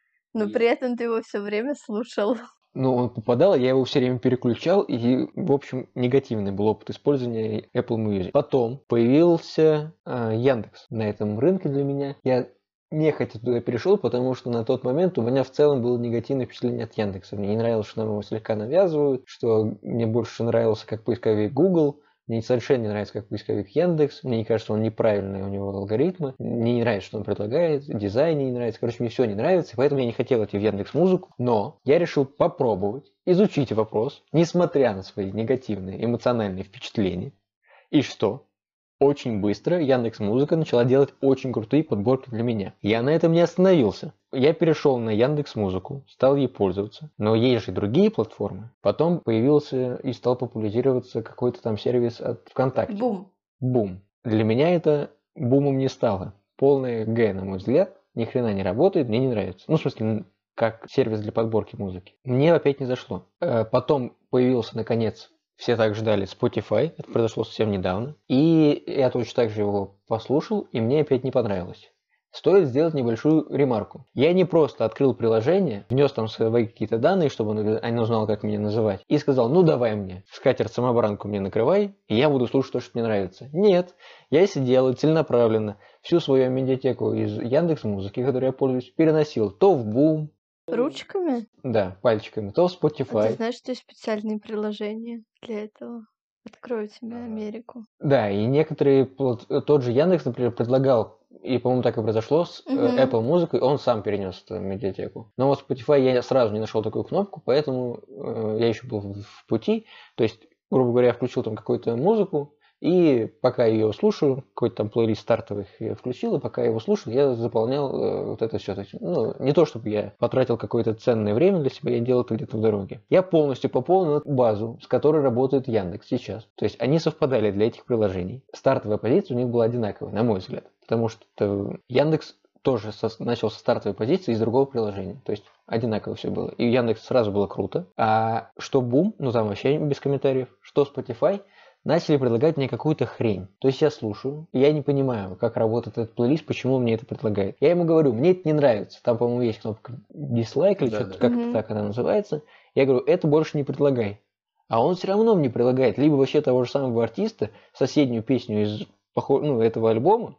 Но при этом ты его все время слушал. Ну, он попадал, я его все время переключал, и, в общем, негативный был опыт использования Apple Music. Потом появился э, Яндекс на этом рынке для меня. Я нехотя туда перешел, потому что на тот момент у меня в целом было негативное впечатление от Яндекса. Мне не нравилось, что нам его слегка навязывают, что мне больше нравился как поисковик Google. Мне совершенно не нравится, как поисковик Яндекс. Мне не кажется, он неправильный, у него алгоритмы. Мне не нравится, что он предлагает. Дизайн мне не нравится. Короче, мне все не нравится. Поэтому я не хотел идти в Яндекс.Музыку. Но я решил попробовать изучить вопрос, несмотря на свои негативные эмоциональные впечатления. И что? Очень быстро Яндекс.Музыка начала делать очень крутые подборки для меня. Я на этом не остановился. Я перешел на Яндекс.Музыку, стал ей пользоваться. Но есть же и другие платформы. Потом появился и стал популяризироваться какой-то там сервис от ВКонтакте. Бум. Бум. Для меня это бумом не стало. Полное Г, на мой взгляд. Ни хрена не работает, мне не нравится. Ну, в смысле, как сервис для подборки музыки. Мне опять не зашло. Потом появился, наконец, все так ждали Spotify, это произошло совсем недавно. И я точно так же его послушал, и мне опять не понравилось. Стоит сделать небольшую ремарку. Я не просто открыл приложение, внес там свои какие-то данные, чтобы он узнал, как меня называть, и сказал, ну давай мне, скатерть-самобранку мне накрывай, и я буду слушать то, что мне нравится. Нет, я сидел и целенаправленно всю свою медиатеку из Яндекс.Музыки, которой я пользуюсь, переносил то в Бум. Ручками? Да, пальчиками, то в Spotify. А ты знаешь, что есть специальные приложения для этого? Открою тебе Америку. Да, и некоторые, тот же Яндекс, например, предлагал, и, по-моему, так и произошло с Мгм. Apple музыкой, он сам перенес это в медиатеку. Но вот Spotify я сразу не нашел такую кнопку, поэтому э, я еще был в, в пути. То есть, грубо говоря, я включил там какую-то музыку, и пока я ее слушаю, какой-то там плейлист стартовых я включил, и пока я его слушал, я заполнял э, вот это все. Ну, не то, чтобы я потратил какое-то ценное время для себя, я делал это где-то в дороге. Я полностью пополнил базу, с которой работает Яндекс сейчас. То есть они совпадали для этих приложений. Стартовая позиция у них была одинаковая, на мой взгляд. Потому что Яндекс тоже со, начал со стартовой позиции из другого приложения. То есть одинаково все было. И Яндекс сразу было круто. А что Бум, ну там вообще без комментариев, что Spotify, начали предлагать мне какую-то хрень. То есть я слушаю, и я не понимаю, как работает этот плейлист, почему он мне это предлагает. Я ему говорю, мне это не нравится. Там, по-моему, есть кнопка дизлайк или Да, что-то, да. как-то Мгм. так она называется. Я говорю, это больше не предлагай. А он все равно мне предлагает либо вообще того же самого артиста, соседнюю песню из похож... ну, этого альбома.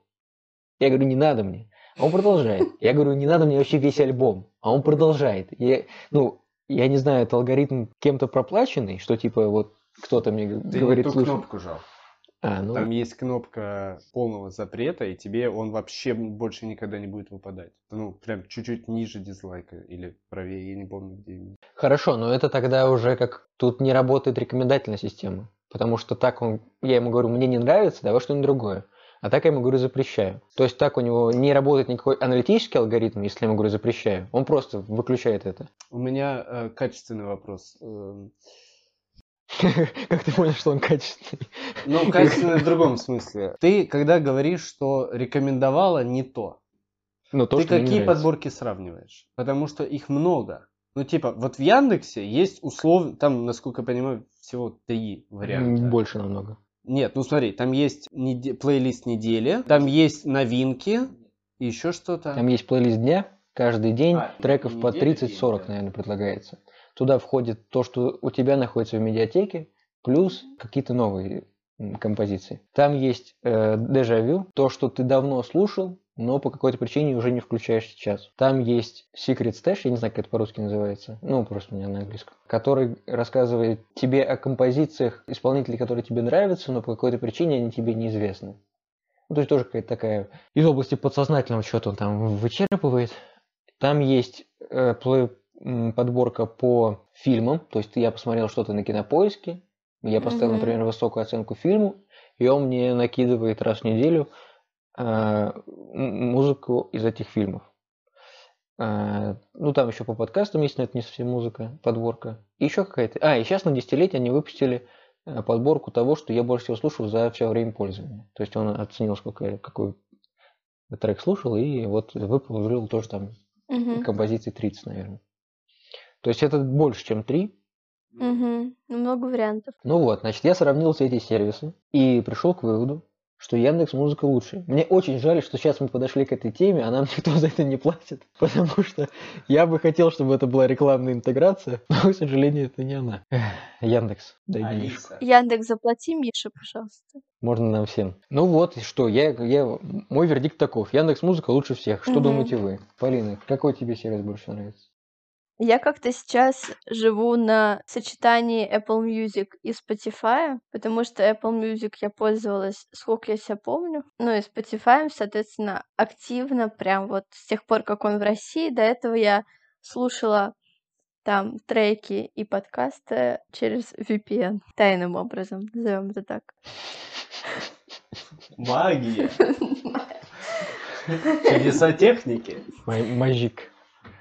Я говорю, не надо мне. А он продолжает. Я говорю, не надо мне вообще весь альбом. А он продолжает. Я, ну, я не знаю, это алгоритм кем-то проплаченный, что типа вот кто-то мне Ты говорит, не ту слушай. кнопку жал. А, ну, Там есть кнопка полного запрета, и тебе он вообще больше никогда не будет выпадать. Ну, прям чуть-чуть ниже дизлайка или правее, я не помню, где именно. хорошо, но это тогда уже как тут не работает рекомендательная система. Потому что так он, я ему говорю, мне не нравится, давай что-нибудь другое. А так я ему говорю, запрещаю. То есть так у него не работает никакой аналитический алгоритм, если я ему говорю, запрещаю. Он просто выключает это. У меня э, качественный вопрос. Эм, Как ты понял, что он качественный? Ну, качественный в другом смысле. Ты, когда говоришь, что рекомендовала не то, Ну, то, ты что мне не какие нравится. подборки сравниваешь? Потому что их много. Ну, типа, вот в Яндексе есть условно, там, насколько я понимаю, всего три варианта. М, Больше намного. Нет, ну смотри, там есть неде- плейлист недели, там есть новинки, и еще что-то. Там есть плейлист дня, каждый день А, треков не по неделя, тридцать-сорок, день, да. наверное, предлагается. Туда входит то, что у тебя находится в медиатеке, плюс какие-то новые м, композиции. Там есть э, дежавю, то, что ты давно слушал, но по какой-то причине уже не включаешь сейчас. Там есть Secret Stash, я не знаю, как это по-русски называется, ну, просто у меня на английском, который рассказывает тебе о композициях исполнителей, которые тебе нравятся, но по какой-то причине они тебе неизвестны. Ну, то есть тоже какая-то такая из области подсознательного, что-то он там вычерпывает. Там есть э, плей- м, подборка по фильмам, то есть я посмотрел что-то на Кинопоиске, я поставил, Мгм. например, высокую оценку фильму, и он мне накидывает раз в неделю э, м- музыку из этих фильмов. Э, ну, там еще по подкастам есть, но это не совсем музыка, подборка. И еще какая-то... А, и сейчас на десятилетие они выпустили э, подборку того, что я больше всего слушал за все время пользования. То есть он оценил, сколько я какой трек слушал, и вот выпустил тоже там Мгм. композиций тридцать, наверное. То есть это больше, чем три. Мгм. Ну, много вариантов. Ну вот, значит, я сравнил все эти сервисы и пришел к выводу, что Яндекс.Музыка лучше. Мне очень жаль, что сейчас мы подошли к этой теме, а нам никто за это не платит, потому что я бы хотел, чтобы это была рекламная интеграция, но, к сожалению, это не она. Эх, Яндекс, дай денежку. Алиса. Яндекс, заплати Мише, пожалуйста. Можно нам всем. Ну вот, и что, я, я, мой вердикт таков. Яндекс.Музыка лучше всех. Что Мгм. думаете вы? Полина, какой тебе сервис больше всего нравится? Я как-то сейчас живу на сочетании Apple Music и Spotify, потому что Apple Music я пользовалась, сколько я себя помню. Ну и Spotify, соответственно, активно, прям вот с тех пор, как он в России. До этого я слушала там треки и подкасты через ви пи эн. Тайным образом, назовем это так. Магия. Чудеса техники. Мажик.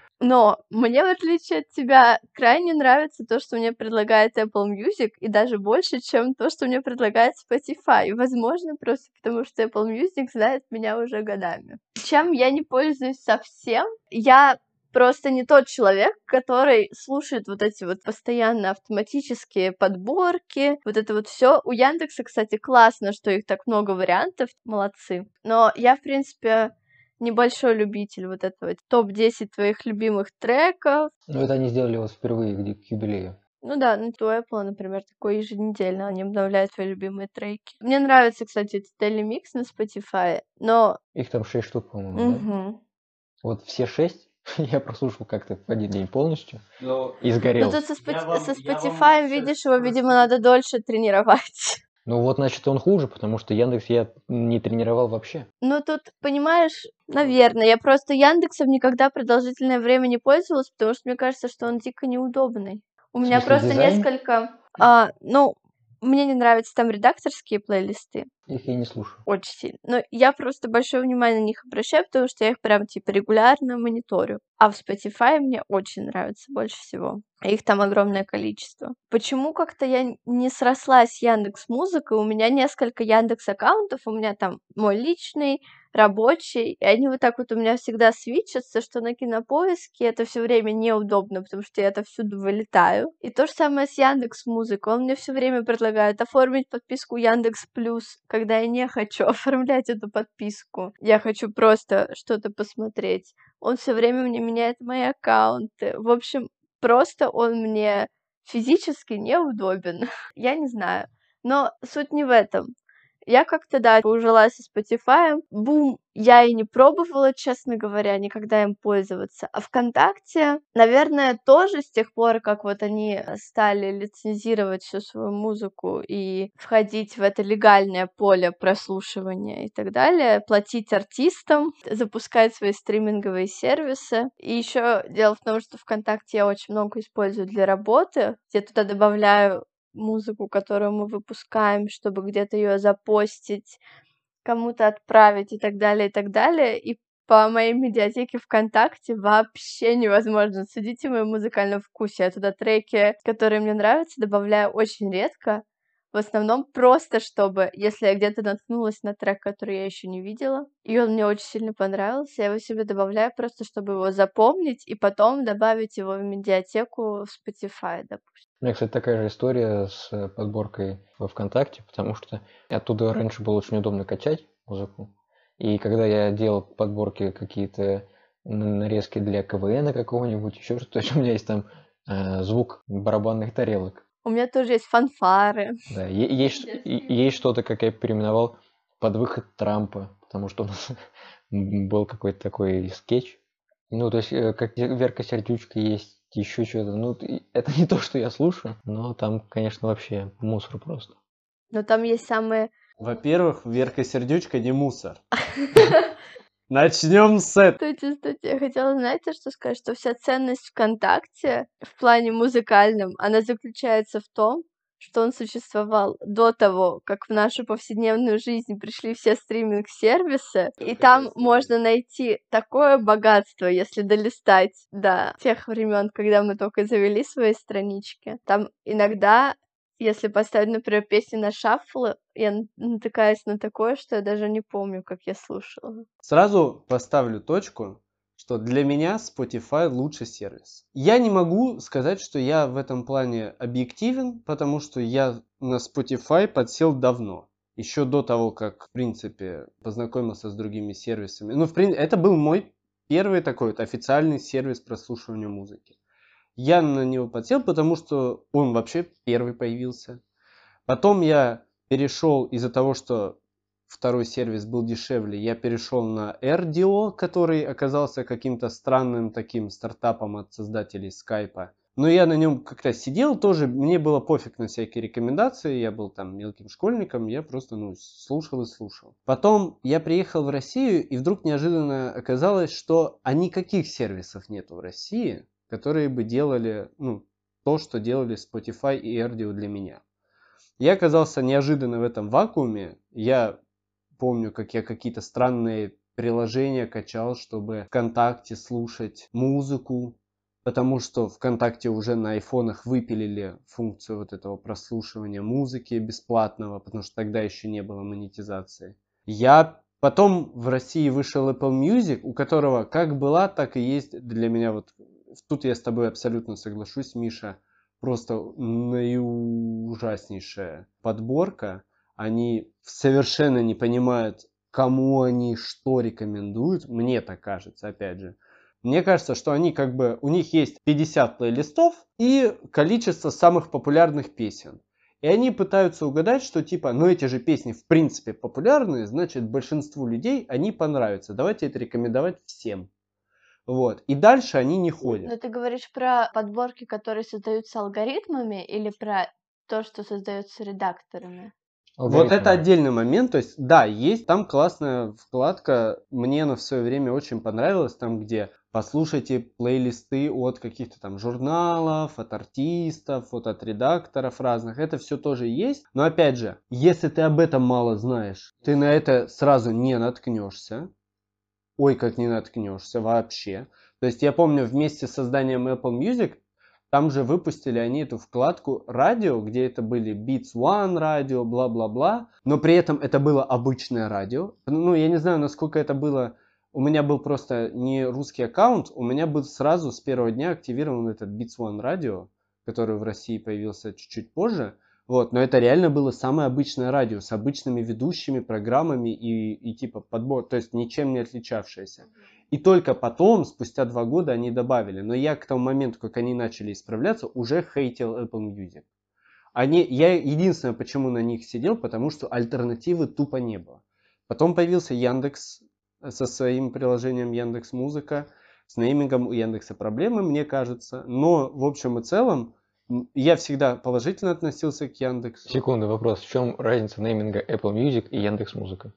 Но мне, в отличие от тебя, крайне нравится то, что мне предлагает Apple Music, и даже больше, чем то, что мне предлагает Spotify. Возможно, просто потому что Apple Music знает меня уже годами. Чем я не пользуюсь совсем, я просто не тот человек, который слушает вот эти вот постоянно автоматические подборки, вот это вот все. У Яндекса, кстати, классно, что их так много вариантов, молодцы. Но я, в принципе, небольшой любитель вот этого топ десять твоих любимых треков. Ну, это они сделали вот впервые где- к юбилею. Ну да, ну у Apple, например, такое еженедельно, они обновляют твои любимые треки. Мне нравится, кстати, этот Daily Mix на Spotify, но... Их там шесть штук, по-моему, да? Мгм. Вот все шесть я прослушал как-то в один день полностью Ну, и Ну сгорел. тут со, Спо- Я вам- со я вам Spotify, щас видишь, его, видимо, просто- надо дольше тренировать. Ну вот, значит, он хуже, потому что Яндекс я не тренировал вообще. Ну тут, понимаешь, наверное, я просто Яндексом никогда продолжительное время не пользовалась, потому что мне кажется, что он дико неудобный. У В меня смысле, просто дизайн? несколько... а, ну, мне не нравятся там редакторские плейлисты. Их я не слушаю. Очень сильно. Но я просто большое внимание на них обращаю, потому что я их прям типа регулярно мониторю. А в Spotify мне очень нравится больше всего. Их там огромное количество. Почему как-то я н- не срослась с Яндекс.Музыкой? У меня несколько Яндекс аккаунтов, у меня там мой личный, рабочий, и они вот так вот у меня всегда свитчатся, что на Кинопоиске это все время неудобно, потому что я отовсюду вылетаю. И то же самое с Яндекс.Музыкой. Он мне все время предлагает оформить подписку Яндекс Плюс, когда я не хочу оформлять эту подписку. Я хочу просто что-то посмотреть. Он все время мне меняет мои аккаунты. В общем, просто он мне физически неудобен. Я не знаю. Но суть не в этом. Я как-то, да, ужилась со Spotify. Бум, я и не пробовала, честно говоря, никогда им пользоваться. А ВКонтакте, наверное, тоже с тех пор, как вот они стали лицензировать всю свою музыку и входить в это легальное поле прослушивания и так далее, платить артистам, запускать свои стриминговые сервисы. И еще дело в том, что ВКонтакте я очень много использую для работы. Я туда добавляю музыку, которую мы выпускаем, чтобы где-то ее запостить, кому-то отправить и так далее, и так далее. И по моей медиатеке ВКонтакте вообще невозможно судить о моем музыкальном вкусе. Я туда треки, которые мне нравятся, добавляю очень редко. В основном просто, чтобы, если я где-то наткнулась на трек, который я еще не видела, и он мне очень сильно понравился, я его себе добавляю просто, чтобы его запомнить, и потом добавить его в медиатеку в Spotify, допустим. У меня, кстати, такая же история с э, подборкой во ВКонтакте, потому что оттуда раньше было очень удобно качать музыку. И когда я делал подборки какие-то н- нарезки для КВН какого-нибудь, еще что-то, то есть у меня есть там э, звук барабанных тарелок. У меня тоже есть фанфары. Да, е- есть, ш- и- есть что-то, как я переименовал, под выход Трампа, потому что у нас м, был какой-то такой скетч. Ну, то есть, э, как Е- Верка Сердючка есть еще что-то. Ну, т- это не то, что я слушаю, но там, конечно, вообще мусор просто. Но там есть самые... Во-первых, Верка Сердючка не мусор. Начнем с этого. Кстати, кстати, я хотела, знаете, что сказать, что вся ценность ВКонтакте в плане музыкальном, она заключается в том, что он существовал до того, как в нашу повседневную жизнь пришли все стриминг-сервисы, и там можно найти такое богатство, если долистать до тех времен, когда мы только завели свои странички. Там иногда, если поставить, например, песни на шаффл, я н- натыкаюсь на такое, что я даже не помню, как я слушала. Сразу поставлю точку, что для меня Spotify лучший сервис. Я не могу сказать, что я в этом плане объективен, потому что я на Spotify подсел давно. Еще до того, как, в принципе, познакомился с другими сервисами. Ну, в принципе, это был мой первый такой вот официальный сервис прослушивания музыки. Я на него подсел, потому что он вообще первый появился. Потом я перешел из-за того, что второй сервис был дешевле, я перешел на Rdio, который оказался каким-то странным таким стартапом от создателей скайпа. Но я на нем как-то сидел тоже, мне было пофиг на всякие рекомендации, я был там мелким школьником, я просто ну, слушал и слушал. Потом я приехал в Россию, и вдруг неожиданно оказалось, что а никаких сервисов нету в России, которые бы делали ну, то, что делали Spotify и Rdio для меня. Я оказался неожиданно в этом вакууме. Я помню, как я какие-то странные приложения качал, чтобы ВКонтакте слушать музыку, потому что ВКонтакте уже на айфонах выпилили функцию вот этого прослушивания музыки бесплатного, потому что тогда еще не было монетизации. Я потом в России вышел Apple Music, у которого как была, так и есть для меня вот... Тут я с тобой абсолютно соглашусь, Миша. Просто наиужаснейшая подборка. Они совершенно не понимают, кому они что рекомендуют. Мне так кажется, опять же. Мне кажется, что они как бы... У них есть пятьдесят плейлистов и количество самых популярных песен. И они пытаются угадать, что типа, ну эти же песни в принципе популярные, значит большинству людей они понравятся. Давайте это рекомендовать всем. Вот. И дальше они не ходят. Но ты говоришь про подборки, которые создаются алгоритмами, или про то, что создается редакторами? Вот это Алгоритмами. отдельный момент. То есть, да, есть там классная вкладка. Мне она в свое время очень понравилась. Там, где послушайте плейлисты от каких-то там журналов, от артистов, вот от редакторов разных. Это все тоже есть. Но опять же, если ты об этом мало знаешь, ты на это сразу не наткнешься. Ой, как не наткнешься вообще. То есть я помню, вместе с созданием Apple Music, там же выпустили они эту вкладку радио, где это были Beats One радио, бла-бла-бла. Но при этом это было обычное радио. Ну, я не знаю, насколько это было... У меня был просто не русский аккаунт, у меня был сразу с первого дня активирован этот Beats One радио, который в России появился чуть-чуть позже. Вот, но это реально было самое обычное радио с обычными ведущими, программами и, и типа подбор, то есть ничем не отличавшееся. И только потом, спустя два года, они добавили. Но я к тому моменту, как они начали исправляться, уже хейтил Apple Music. Они, я единственное, почему на них сидел, потому что альтернативы тупо не было. Потом появился Яндекс со своим приложением Яндекс Музыка. С неймингом у Яндекса проблемы, мне кажется. Но в общем и целом, я всегда положительно относился к Яндексу. Секунду, вопрос. В чем разница нейминга Apple Music и Яндекс.Музыка?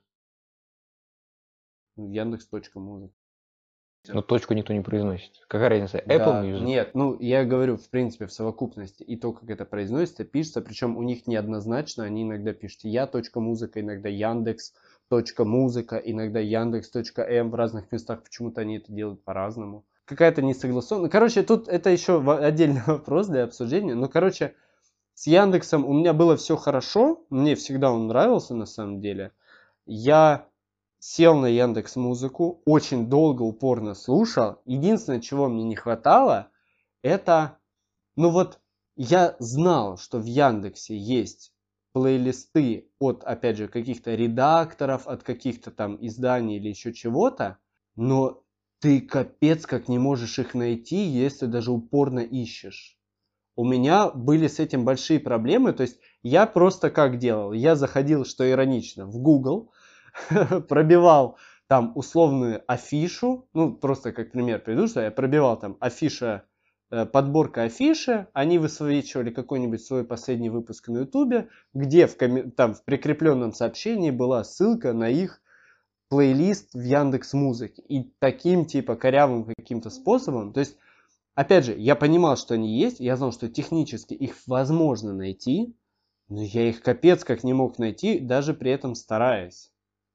Яндекс.Музыка. Но точку никто не произносит. Какая разница? Apple Да, Music? нет, ну я говорю, в принципе, в совокупности. И то, как это произносится, пишется, причем у них неоднозначно, они иногда пишут я.музыка, иногда Яндекс.Музыка, иногда Яндекс.М, в разных местах почему-то они это делают по-разному. Какая-то несогласованность. Короче, тут это еще отдельный вопрос для обсуждения. Но, короче, с Яндексом у меня было все хорошо, мне всегда он нравился на самом деле. Я сел на Яндекс Музыку, очень долго, упорно слушал. Единственное, чего мне не хватало, это, ну вот, я знал, что в Яндексе есть плейлисты от, опять же, каких-то редакторов, от каких-то там изданий или еще чего-то, но ты капец как не можешь их найти, если даже упорно ищешь. У меня были с этим большие проблемы, то есть я просто как делал? Я заходил, что иронично, в Google, пробивал там условную афишу, ну, просто как пример приведу, что я пробивал там афиша, э, подборка афиши, они высвечивали какой-нибудь свой последний выпуск на ютубе, где в, коми- там, в прикрепленном сообщении была ссылка на их плейлист в Яндекс.Музыке. И таким типа корявым каким-то способом, то есть, опять же, я понимал, что они есть, я знал, что технически их возможно найти, но я их капец как не мог найти, даже при этом стараясь.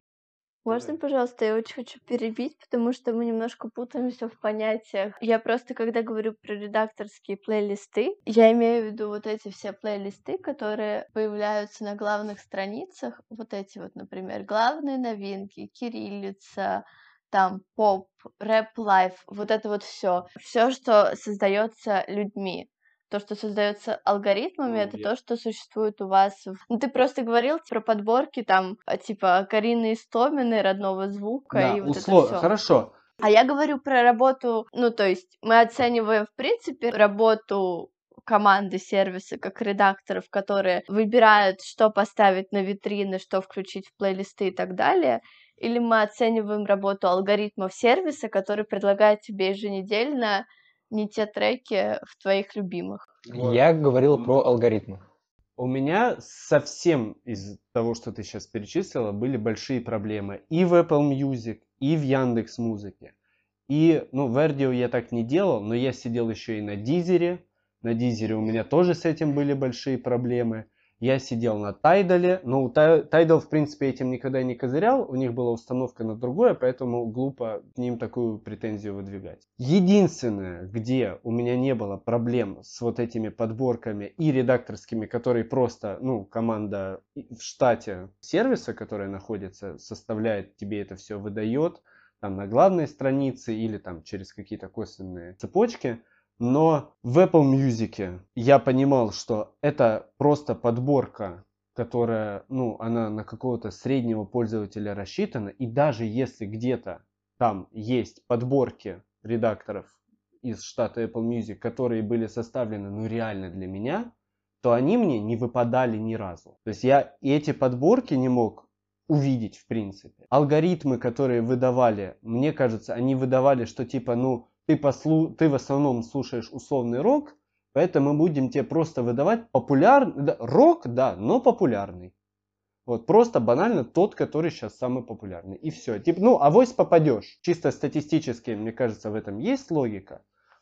Можно, пожалуйста, я очень хочу перебить, потому что мы немножко путаемся в понятиях. Я просто, когда говорю про редакторские плейлисты, я имею в виду вот эти все плейлисты, которые появляются на главных страницах. Вот эти вот, например, главные новинки, кириллица, там поп, рэп, лайф, вот это вот все, все, что создается людьми. То, что создается алгоритмами, Ну, это я- то, что существует у вас. в- Ну, ты просто говорил про подборки там, а, типа Карины Истоминой, родного звука Да, и вот это условно, все. хорошо. А я говорю про работу, ну, то есть мы оцениваем, в принципе, работу команды сервиса как редакторов, которые выбирают, что поставить на витрины, что включить в плейлисты и так далее, или мы оцениваем работу алгоритмов сервиса, который предлагает тебе еженедельно не те треки в твоих любимых. Я говорил про алгоритмы. У меня совсем из того, что ты сейчас перечислила, были большие проблемы и в Apple Music, и в Яндекс.Музыке. И, ну, в Вердио я так не делал, но я сидел еще и на Дизере. На Дизере у меня тоже с этим были большие проблемы. Я сидел на Тайдале, но у Тай- Тайдал, в принципе, этим никогда не козырял. У них была установка на другое, поэтому глупо к ним такую претензию выдвигать. Единственное, где у меня не было проблем с вот этими подборками и редакторскими, которые просто, ну, команда в штате сервиса, которая находится, составляет, тебе это все выдает, там на главной странице или там через какие-то косвенные цепочки. Но в Apple Music я понимал, что это просто подборка, которая, ну, она на какого-то среднего пользователя рассчитана. И даже если где-то там есть подборки редакторов из штата Apple Music, которые были составлены, ну, реально для меня, то они мне не выпадали ни разу. То есть я и эти подборки не мог увидеть в принципе. Алгоритмы, которые выдавали, мне кажется, они выдавали, что типа, ну, ты, послу... ты в основном слушаешь условный рок, поэтому мы будем тебе просто выдавать популярный, да, рок, да, но популярный. Вот просто банально тот, который сейчас самый популярный. И все. Типа, ну, авось попадешь. Чисто статистически, мне кажется, в этом есть логика.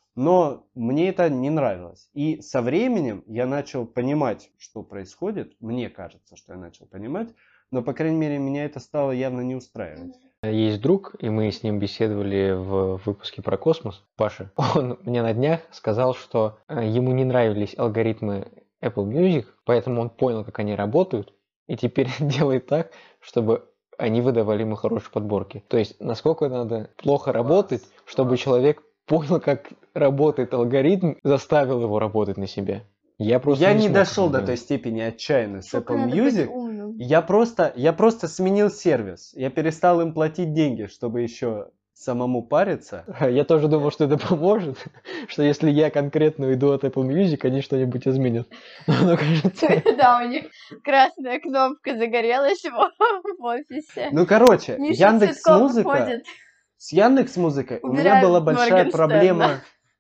Но мне это не нравилось. И со временем я начал понимать, что происходит. Мне кажется, что я начал понимать. Но, по крайней мере, меня это стало явно не устраивать. Есть друг, и мы с ним беседовали в выпуске про космос, Паша. Он мне на днях сказал, что э, ему не нравились алгоритмы Apple Music, поэтому он понял, как они работают, и теперь делает так, чтобы они выдавали ему хорошие подборки. То есть, насколько надо плохо работать, чтобы человек понял, как работает алгоритм, заставил его работать на себя. Я просто Я не не смог дошел этого до той сделать. степени отчаянно с Сколько Apple надо быть Music. умным. Я просто, я просто сменил сервис. Я перестал им платить деньги, чтобы еще самому париться. Я тоже думал, что это поможет, что если я конкретно уйду от Apple Music, они что-нибудь изменят. Но кажется... Да, у них красная кнопка загорелась в офисе. Ну, короче, Миша Яндекс Цветков Музыка, выходит. с Яндекс Музыкой у меня Убираем была большая Моргенштерна. проблема.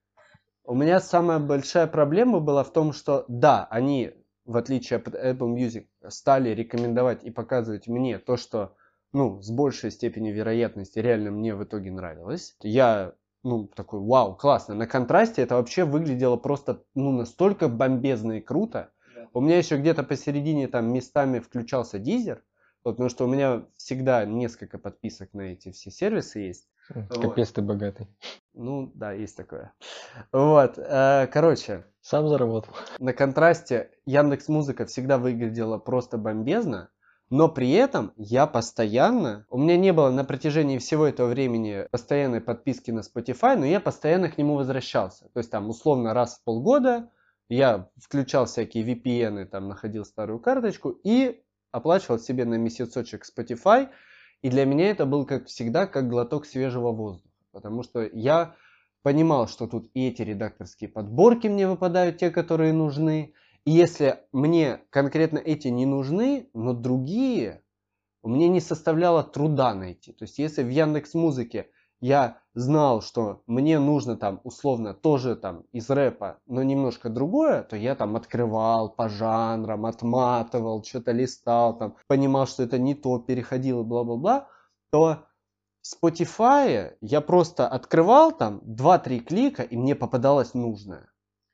У меня самая большая проблема была в том, что да, они, в отличие от Apple Music, стали рекомендовать и показывать мне то, что, ну, с большей степенью вероятности реально мне в итоге нравилось. Я, ну, такой, вау, классно. На контрасте это вообще выглядело просто, ну, настолько бомбезно и круто. Да. У меня еще где-то посередине там местами включался Deezer, вот, потому что у меня всегда несколько подписок на эти все сервисы есть. Капец ты богатый. Ну, да, есть такое. Вот, э, короче. Сам заработал. На контрасте Яндекс.Музыка всегда выглядела просто бомбезно, но при этом я постоянно, у меня не было на протяжении всего этого времени постоянной подписки на Spotify, но я постоянно к нему возвращался. То есть там условно раз в полгода я включал всякие ви пи эн, там находил старую карточку и оплачивал себе на месяцочек Spotify. И для меня это был, как всегда, как глоток свежего воздуха. Потому что я понимал, что тут и эти редакторские подборки мне выпадают, те, которые нужны. И если мне конкретно эти не нужны, но другие, мне не составляло труда найти. То есть если в Яндекс.Музыке я знал, что мне нужно там условно тоже там из рэпа, но немножко другое, то я там открывал по жанрам, отматывал, что-то листал, там, понимал, что это не то, переходил и бла-бла-бла, то в Spotify я просто открывал там два-три клика, и мне попадалось нужное.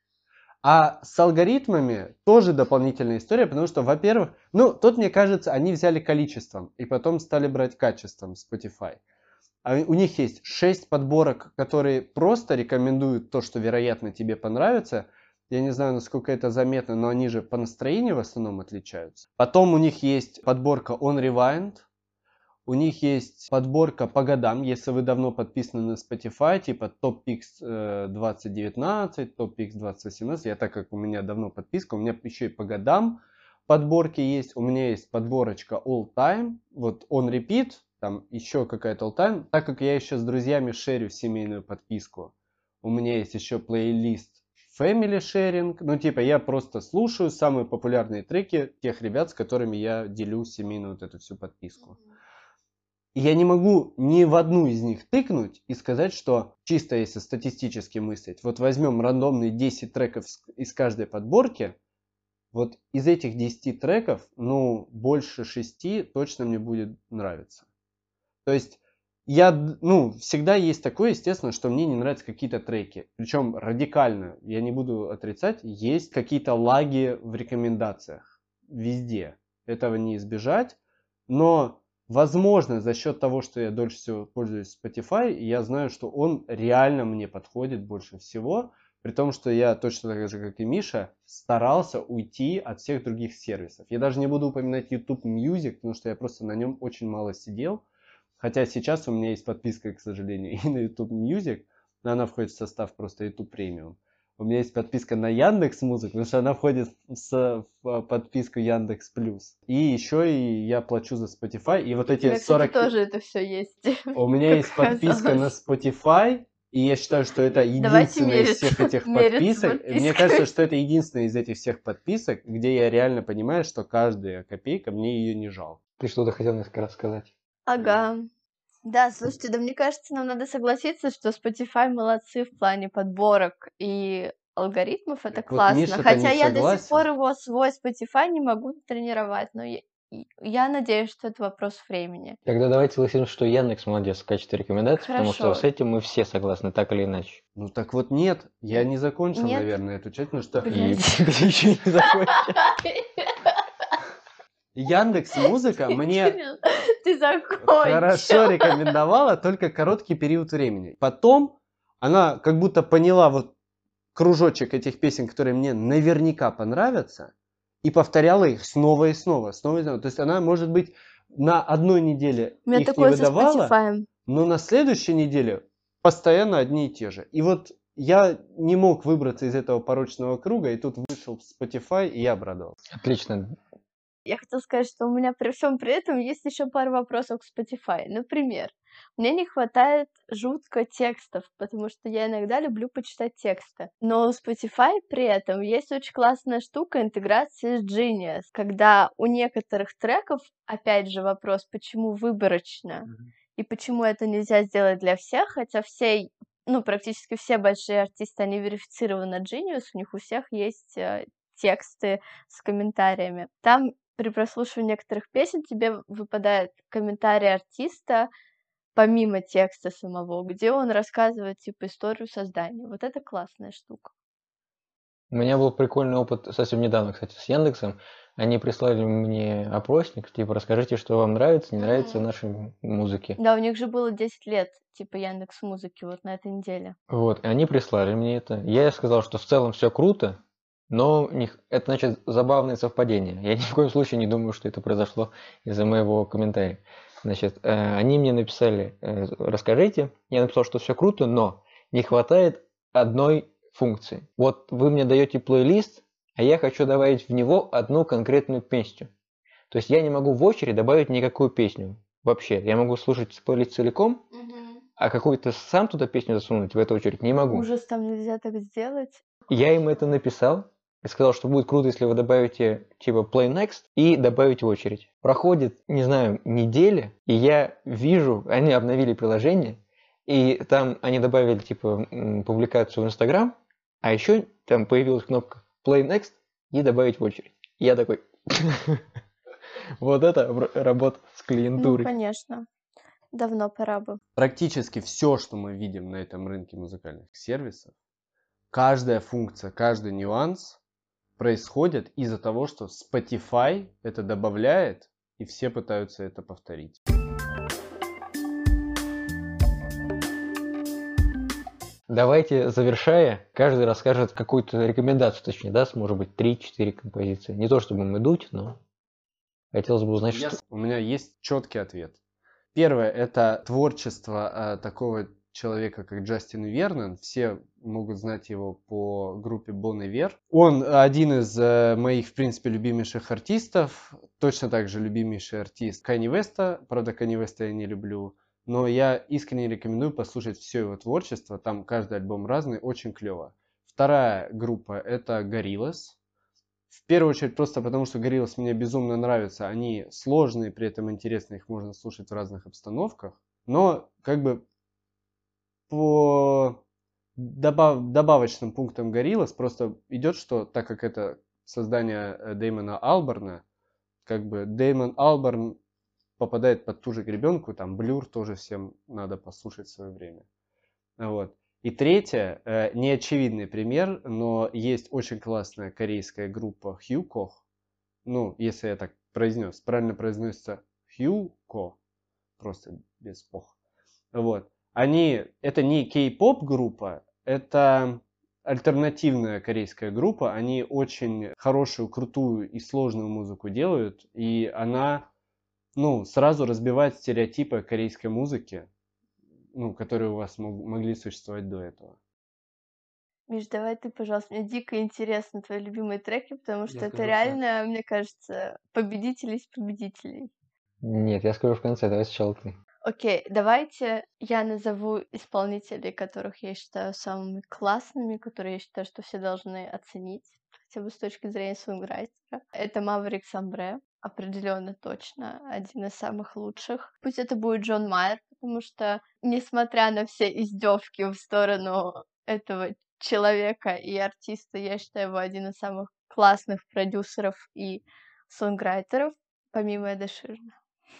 А с алгоритмами тоже дополнительная история, потому что, во-первых, ну, тут, мне кажется, они взяли количеством, и потом стали брать качеством Spotify. А у них есть шесть подборок, которые просто рекомендуют то, что, вероятно, тебе понравится. Я не знаю, насколько это заметно, но они же по настроению в основном отличаются. Потом у них есть подборка On Rewind. У них есть подборка по годам, если вы давно подписаны на Spotify, типа Top Picks двадцать девятнадцать, Top Picks двадцать восемнадцать. Я, так как у меня давно подписка, у меня еще и по годам подборки есть. У меня есть подборочка All Time, вот On Repeat. Там еще какая-то all time. Так как я еще с друзьями шерю семейную подписку, у меня есть еще плейлист Family Sharing. Ну, типа, я просто слушаю самые популярные треки тех ребят, с которыми я делю семейную вот эту всю подписку. И я не могу ни в одну из них тыкнуть и сказать, что чисто если статистически мыслить, вот возьмем рандомные десять треков из каждой подборки, вот из этих десяти треков, ну, больше шести точно мне будет нравиться. То есть я, ну, всегда есть такое, естественно, что мне не нравятся какие-то треки. Причем радикально, я не буду отрицать, есть какие-то лаги в рекомендациях. Везде. Этого не избежать. Но, возможно, за счет того, что я дольше всего пользуюсь Spotify, я знаю, что он реально мне подходит больше всего. При том, что я точно так же, как и Миша, старался уйти от всех других сервисов. Я даже не буду упоминать YouTube Music, потому что я просто на нем очень мало сидел. Хотя сейчас у меня есть подписка, к сожалению, и на YouTube Music, но она входит в состав просто YouTube Premium. У меня есть подписка на Яндекс.Музыку, потому что она входит в подписку Яндекс Плюс. И еще и я плачу за Spotify. И вот У эти тебя, кстати, сорок... тоже это все есть. У меня есть как подписка на оказалось. Spotify, и я считаю, что это Давайте единственная из всех мериться, этих мериться подписок. Мне подписками. кажется, что это единственная из этих всех подписок, где я реально понимаю, что каждая копейка, мне ее не жалко. Ты что-то хотел несколько раз сказать. Ага. Да, слушайте, да мне кажется, нам надо согласиться, что Spotify молодцы в плане подборок и алгоритмов, это Так вот, классно. Миша-то Хотя не я до сих пор согласен. его свой Spotify не могу тренировать, но я, и- я надеюсь, что это вопрос времени. Тогда давайте согласимся, что Яндекс молодец в качестве рекомендаций, потому что Хорошо. с этим мы все согласны, так или иначе. Ну так вот нет, я не закончил, Нет? наверное, эту часть, потому что И Блядь. ты еще не закончил. Яндекс.Музыка мне Кирилл, ты хорошо закончил. рекомендовала только короткий период времени. Потом она как будто поняла вот кружочек этих песен, которые мне наверняка понравятся, и повторяла их снова и снова, снова и снова. То есть она, может быть, на одной неделе У меня их не такое со выдавала, Spotify. но на следующей неделе постоянно одни и те же. И вот я не мог выбраться из этого порочного круга, и тут вышел Spotify, и я обрадовался. Отлично. Я хотела сказать, что у меня при всем при этом есть еще пару вопросов к Spotify. Например, мне не хватает жутко текстов, потому что я иногда люблю почитать тексты. Но у Spotify при этом есть очень классная штука интеграции с Genius, когда у некоторых треков, опять же вопрос, почему выборочно, и почему это нельзя сделать для всех, хотя все, ну, практически все большие артисты, они верифицированы на Genius, у них у всех есть э, тексты с комментариями. Там при прослушивании некоторых песен тебе выпадает комментарий артиста, помимо текста самого, где он рассказывает, типа, историю создания. Вот это классная штука. У меня был прикольный опыт совсем недавно, кстати, с Яндексом. Они прислали мне опросник, типа, расскажите, что вам нравится, не нравится в Мгм. нашей музыке. Да, у них же было десять лет, типа, Яндекс.Музыки вот на этой неделе. Вот, и они прислали мне это. Я сказал, что в целом все круто, но у них это, значит, забавное совпадение. Я ни в коем случае не думаю, что это произошло из-за моего комментария. Значит, э, они мне написали, э, расскажите. Я написал, что все круто, но не хватает одной функции. Вот вы мне даете плейлист, а я хочу добавить в него одну конкретную песню. То есть я не могу в очередь добавить никакую песню. Вообще, я могу слушать плейлист целиком, а какую-то сам туда песню засунуть в эту очередь не могу. Ужас, там нельзя так сделать. Я им это написал, и сказал, что будет круто, если вы добавите типа play next и добавите очередь. Проходит, не знаю, неделя, и я вижу, они обновили приложение, и там они добавили типа публикацию в Instagram, а еще там появилась кнопка play next и добавить в очередь. И я такой, вот это работа с Ну, клиентурой. конечно. Давно пора бы. Практически все, что мы видим на этом рынке музыкальных сервисов, каждая функция, каждый нюанс происходит из-за того, что Spotify это добавляет, и все пытаются это повторить. Давайте, завершая, каждый расскажет какую-то рекомендацию, точнее, даст, может быть, три-четыре композиции. Не то чтобы мы дуть, но хотелось бы узнать, Я что... с- У меня есть четкий ответ. Первое это творчество э, такого человека, как Джастин Вернон. Все могут знать его по группе Bon Iver. Он один из э, моих, в принципе, любимейших артистов. Точно так же любимейший артист Канье Веста. Правда, Канье Веста я не люблю. Но я искренне рекомендую послушать все его творчество. Там каждый альбом разный, очень клево. Вторая группа это Gorillaz. В первую очередь просто потому, что Gorillaz мне безумно нравятся. Они сложные, при этом интересные, их можно слушать в разных обстановках. Но как бы по добав- добавочным пунктам Gorillaz просто идет, что так как это создание э, Дэймона Алборна, как бы Дэймон Алборн попадает под ту же гребенку, там Blur тоже всем надо послушать в свое время. Вот. И третье, э, неочевидный пример, но есть очень классная корейская группа Hyukoh. Ну, если я так произнес, правильно произносится Hyukoh, просто без пох. Вот. Они, это не кей-поп группа, это альтернативная корейская группа. Они очень хорошую, крутую и сложную музыку делают, и она, ну, сразу разбивает стереотипы корейской музыки, ну, которые у вас мог- могли существовать до этого. Миш, давай ты, пожалуйста, мне дико интересны твои любимые треки, потому что Я это скажу в реально, мне кажется, победитель из победителей. Нет, я скажу в конце, давай сначала ты. Окей, давайте я назову исполнителей, которых я считаю самыми классными, которые я считаю, что все должны оценить, хотя бы с точки зрения сонграйтера. Это Maverick Sabre, определенно точно один из самых лучших. Пусть это будет Джон Майер, потому что, несмотря на все издевки в сторону этого человека и артиста, я считаю его один из самых классных продюсеров и сонграйтеров, помимо Эда Ширана.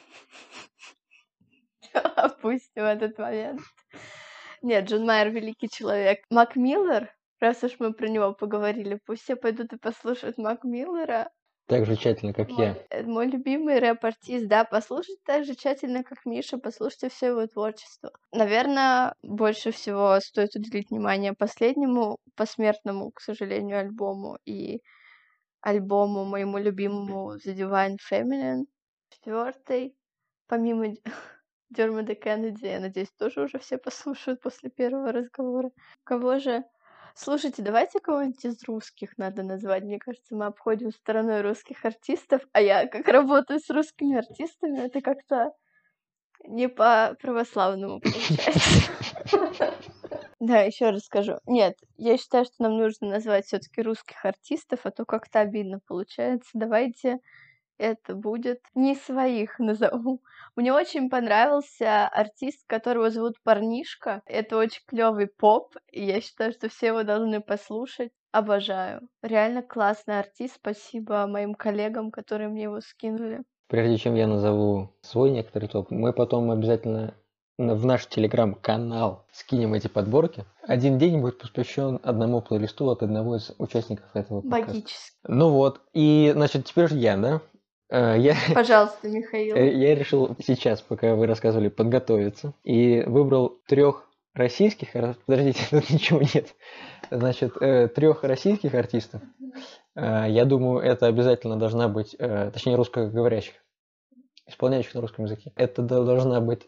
Опустим этот момент. Нет, Джон Майер великий человек. Мак Миллер, раз уж мы про него поговорили, пусть все пойдут и послушают Мак Миллера. Так же тщательно, как я. Мой, э, мой любимый рэп-артист, да, послушайте так же тщательно, как Миша, послушайте все его творчество. Наверное, больше всего стоит уделить внимание последнему посмертному, к сожалению, альбому и альбому моему любимому The Divine Feminine. Четвертый, помимо Дермода Кеннеди, я надеюсь, тоже уже все послушают после первого разговора. Кого же? Слушайте, давайте кого-нибудь из русских надо назвать. Мне кажется, мы обходим стороной русских артистов, а я как работаю с русскими артистами, это как-то не по православному получается. Да, еще раз скажу. Нет, я считаю, что нам нужно назвать все-таки русских артистов, а то как-то обидно получается. Давайте это будет не своих назову. Мне очень понравился артист, которого зовут Парнишка. Это очень клевый поп, и я считаю, что все его должны послушать. Обожаю. Реально классный артист. Спасибо моим коллегам, которые мне его скинули. Прежде чем я назову свой некоторый топ, мы потом обязательно на- в наш телеграм-канал скинем эти подборки. Один день будет посвящен одному плейлисту от одного из участников этого подкаста. Магически. Ну вот, и, значит, теперь же я, да? Э, Я, Пожалуйста, Михаил. э, я решил сейчас, пока вы рассказывали, подготовиться. И выбрал трех российских, ар- подождите, тут ничего нет. Значит, трех российских артистов. Э, Я думаю, это обязательно должна быть, э, точнее, русскоговорящих, исполняющих на русском языке. Это до- должна быть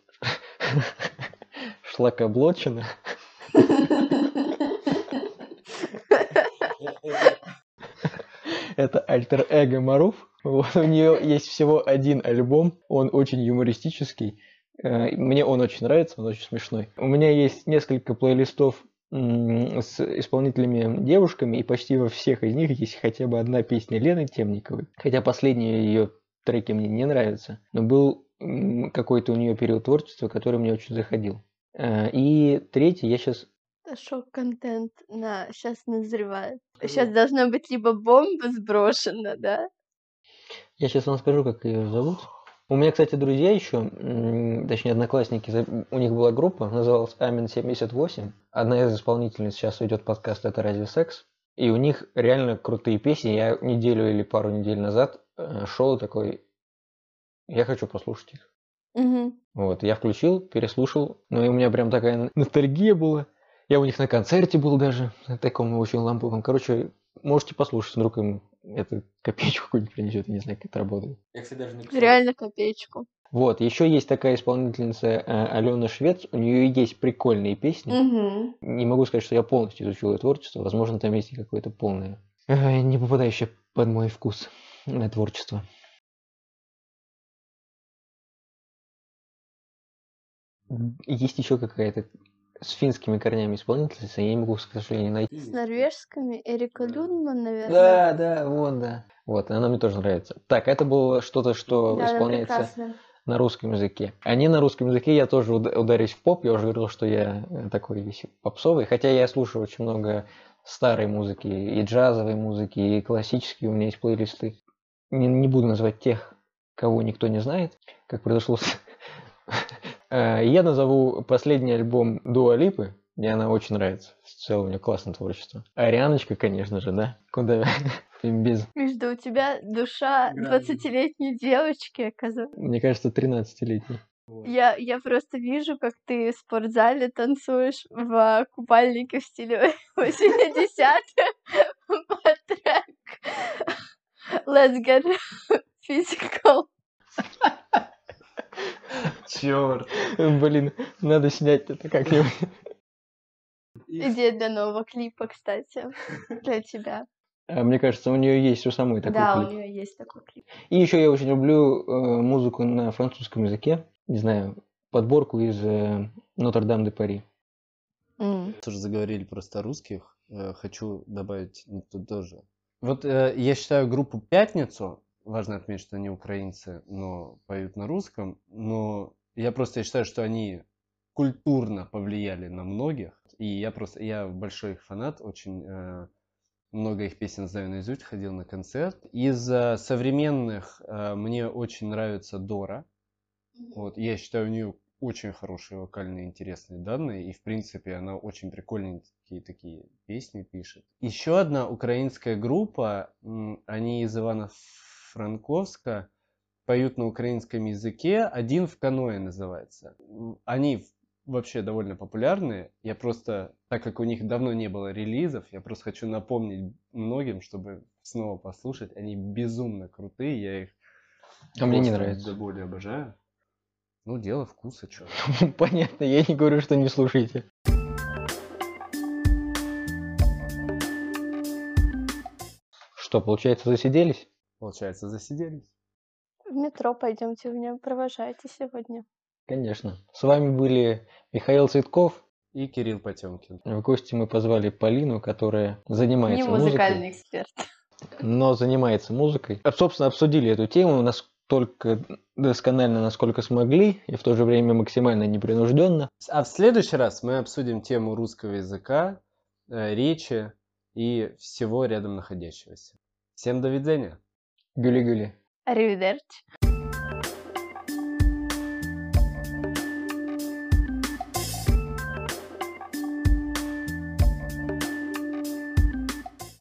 Шлакоблочина. Это альтер-эго Маруф. Вот, у нее есть всего один альбом, он очень юмористический. Э, Мне он очень нравится, он очень смешной. У меня есть несколько плейлистов м, с исполнителями девушками, и почти во всех из них есть хотя бы одна песня Лены Темниковой. Хотя последние ее треки мне не нравятся, но был м, какой-то у нее период творчества, который мне очень заходил. Э, И третий, я сейчас... Шок-контент на сейчас назревает. Сейчас должна быть либо бомба сброшена, да? Я сейчас вам скажу, как ее зовут. У меня, кстати, друзья еще, м, точнее, одноклассники, за- у них была группа, называлась Амин семьдесят восемь. Одна из исполнительниц, сейчас идет подкаст «Это разве секс?». И у них реально крутые песни. Я неделю или пару недель назад э, шел такой, я хочу послушать их. Мгм. Вот, я включил, переслушал, ну и у меня прям такая ностальгия была. Я у них на концерте был даже, на таком очень ламповом. Короче, можете послушать, вдруг им это копеечку какую-нибудь принесет, я не знаю, как это работает. Я, кстати, даже написал. Реально копеечку. Вот, еще есть такая исполнительница э, Алена Швец, у нее есть прикольные песни. Мгм. Не могу сказать, что я полностью изучил ее творчество, возможно, там есть и какое-то полное, э, не попадающее под мой вкус э, творчество. М, Есть еще какая-то с финскими корнями исполнительница, я не могу, к сожалению, найти. С норвежскими Эрика Люндман, наверное. Да, да, вон, да. Вот, она мне тоже нравится. Так, это было что-то, что Да, она исполняется прекрасная. на русском языке. А не на русском языке я тоже уда- ударюсь в поп. Я уже говорил, что я э, такой весь попсовый. Хотя я слушаю очень много старой музыки, и джазовой музыки, и классические у меня есть плейлисты. Не, не буду называть тех, кого никто не знает, как произошло с... Э, Я назову последний альбом Дуа Липы. Мне она очень нравится. В целом у нее классное творчество. Арианочка, конечно же, да? Куда без... Между у тебя душа Грязно. двадцатилетней девочки, оказывается. Мне кажется, тринадцатилетний. Я, я просто вижу, как ты в спортзале танцуешь в купальнике в стиле восьмидесятых под трек Let's get physical. Черт. Блин, надо снять это как-нибудь. Идея для нового клипа, кстати, для тебя. А мне кажется, у нее есть у самой такой Да, у клип. нее есть такой клип. И еще я очень люблю э, музыку на французском языке. Не знаю, подборку из э, Нотр-Дам-де-Пари. М. Тоже заговорили просто о русских. э, Хочу добавить ну, тут тоже. Вот э, я считаю группу «Пятницу», важно отметить, что они украинцы, но поют на русском, но я просто считаю, что они культурно повлияли на многих, и я просто, я большой их фанат, очень э, много их песен знаю наизусть, ходил на концерт. Из э, современных э, мне очень нравится Дора. Вот, я считаю, у нее очень хорошие вокальные интересные данные, и в принципе она очень прикольненькие такие песни пишет. Еще одна украинская группа, м, они из Ивано-Франковска, поют на украинском языке, «Один в каноэ» называется. М, Они в- вообще довольно популярные. Я просто, так как у них давно не было релизов, я просто хочу напомнить многим, чтобы снова послушать. Они безумно крутые, я их А мне не просто нравится. до боли обожаю. Ну, дело вкуса, что. Понятно, я не говорю, что не слушайте. Что, получается, засиделись? Получается, засиделись. В метро пойдемте, вы меня провожаете сегодня. Конечно. С вами были Михаил Цветков. И Кирилл Потемкин. В гости мы позвали Полину, которая Не занимается музыкой, музыкальный эксперт. но занимается музыкой. А, Собственно, обсудили эту тему настолько досконально, насколько смогли, и в то же время максимально непринужденно. А в следующий раз мы обсудим тему русского языка, э, речи и всего рядом находящегося. Всем до видения. Гюли-гюли. Аривидерчи.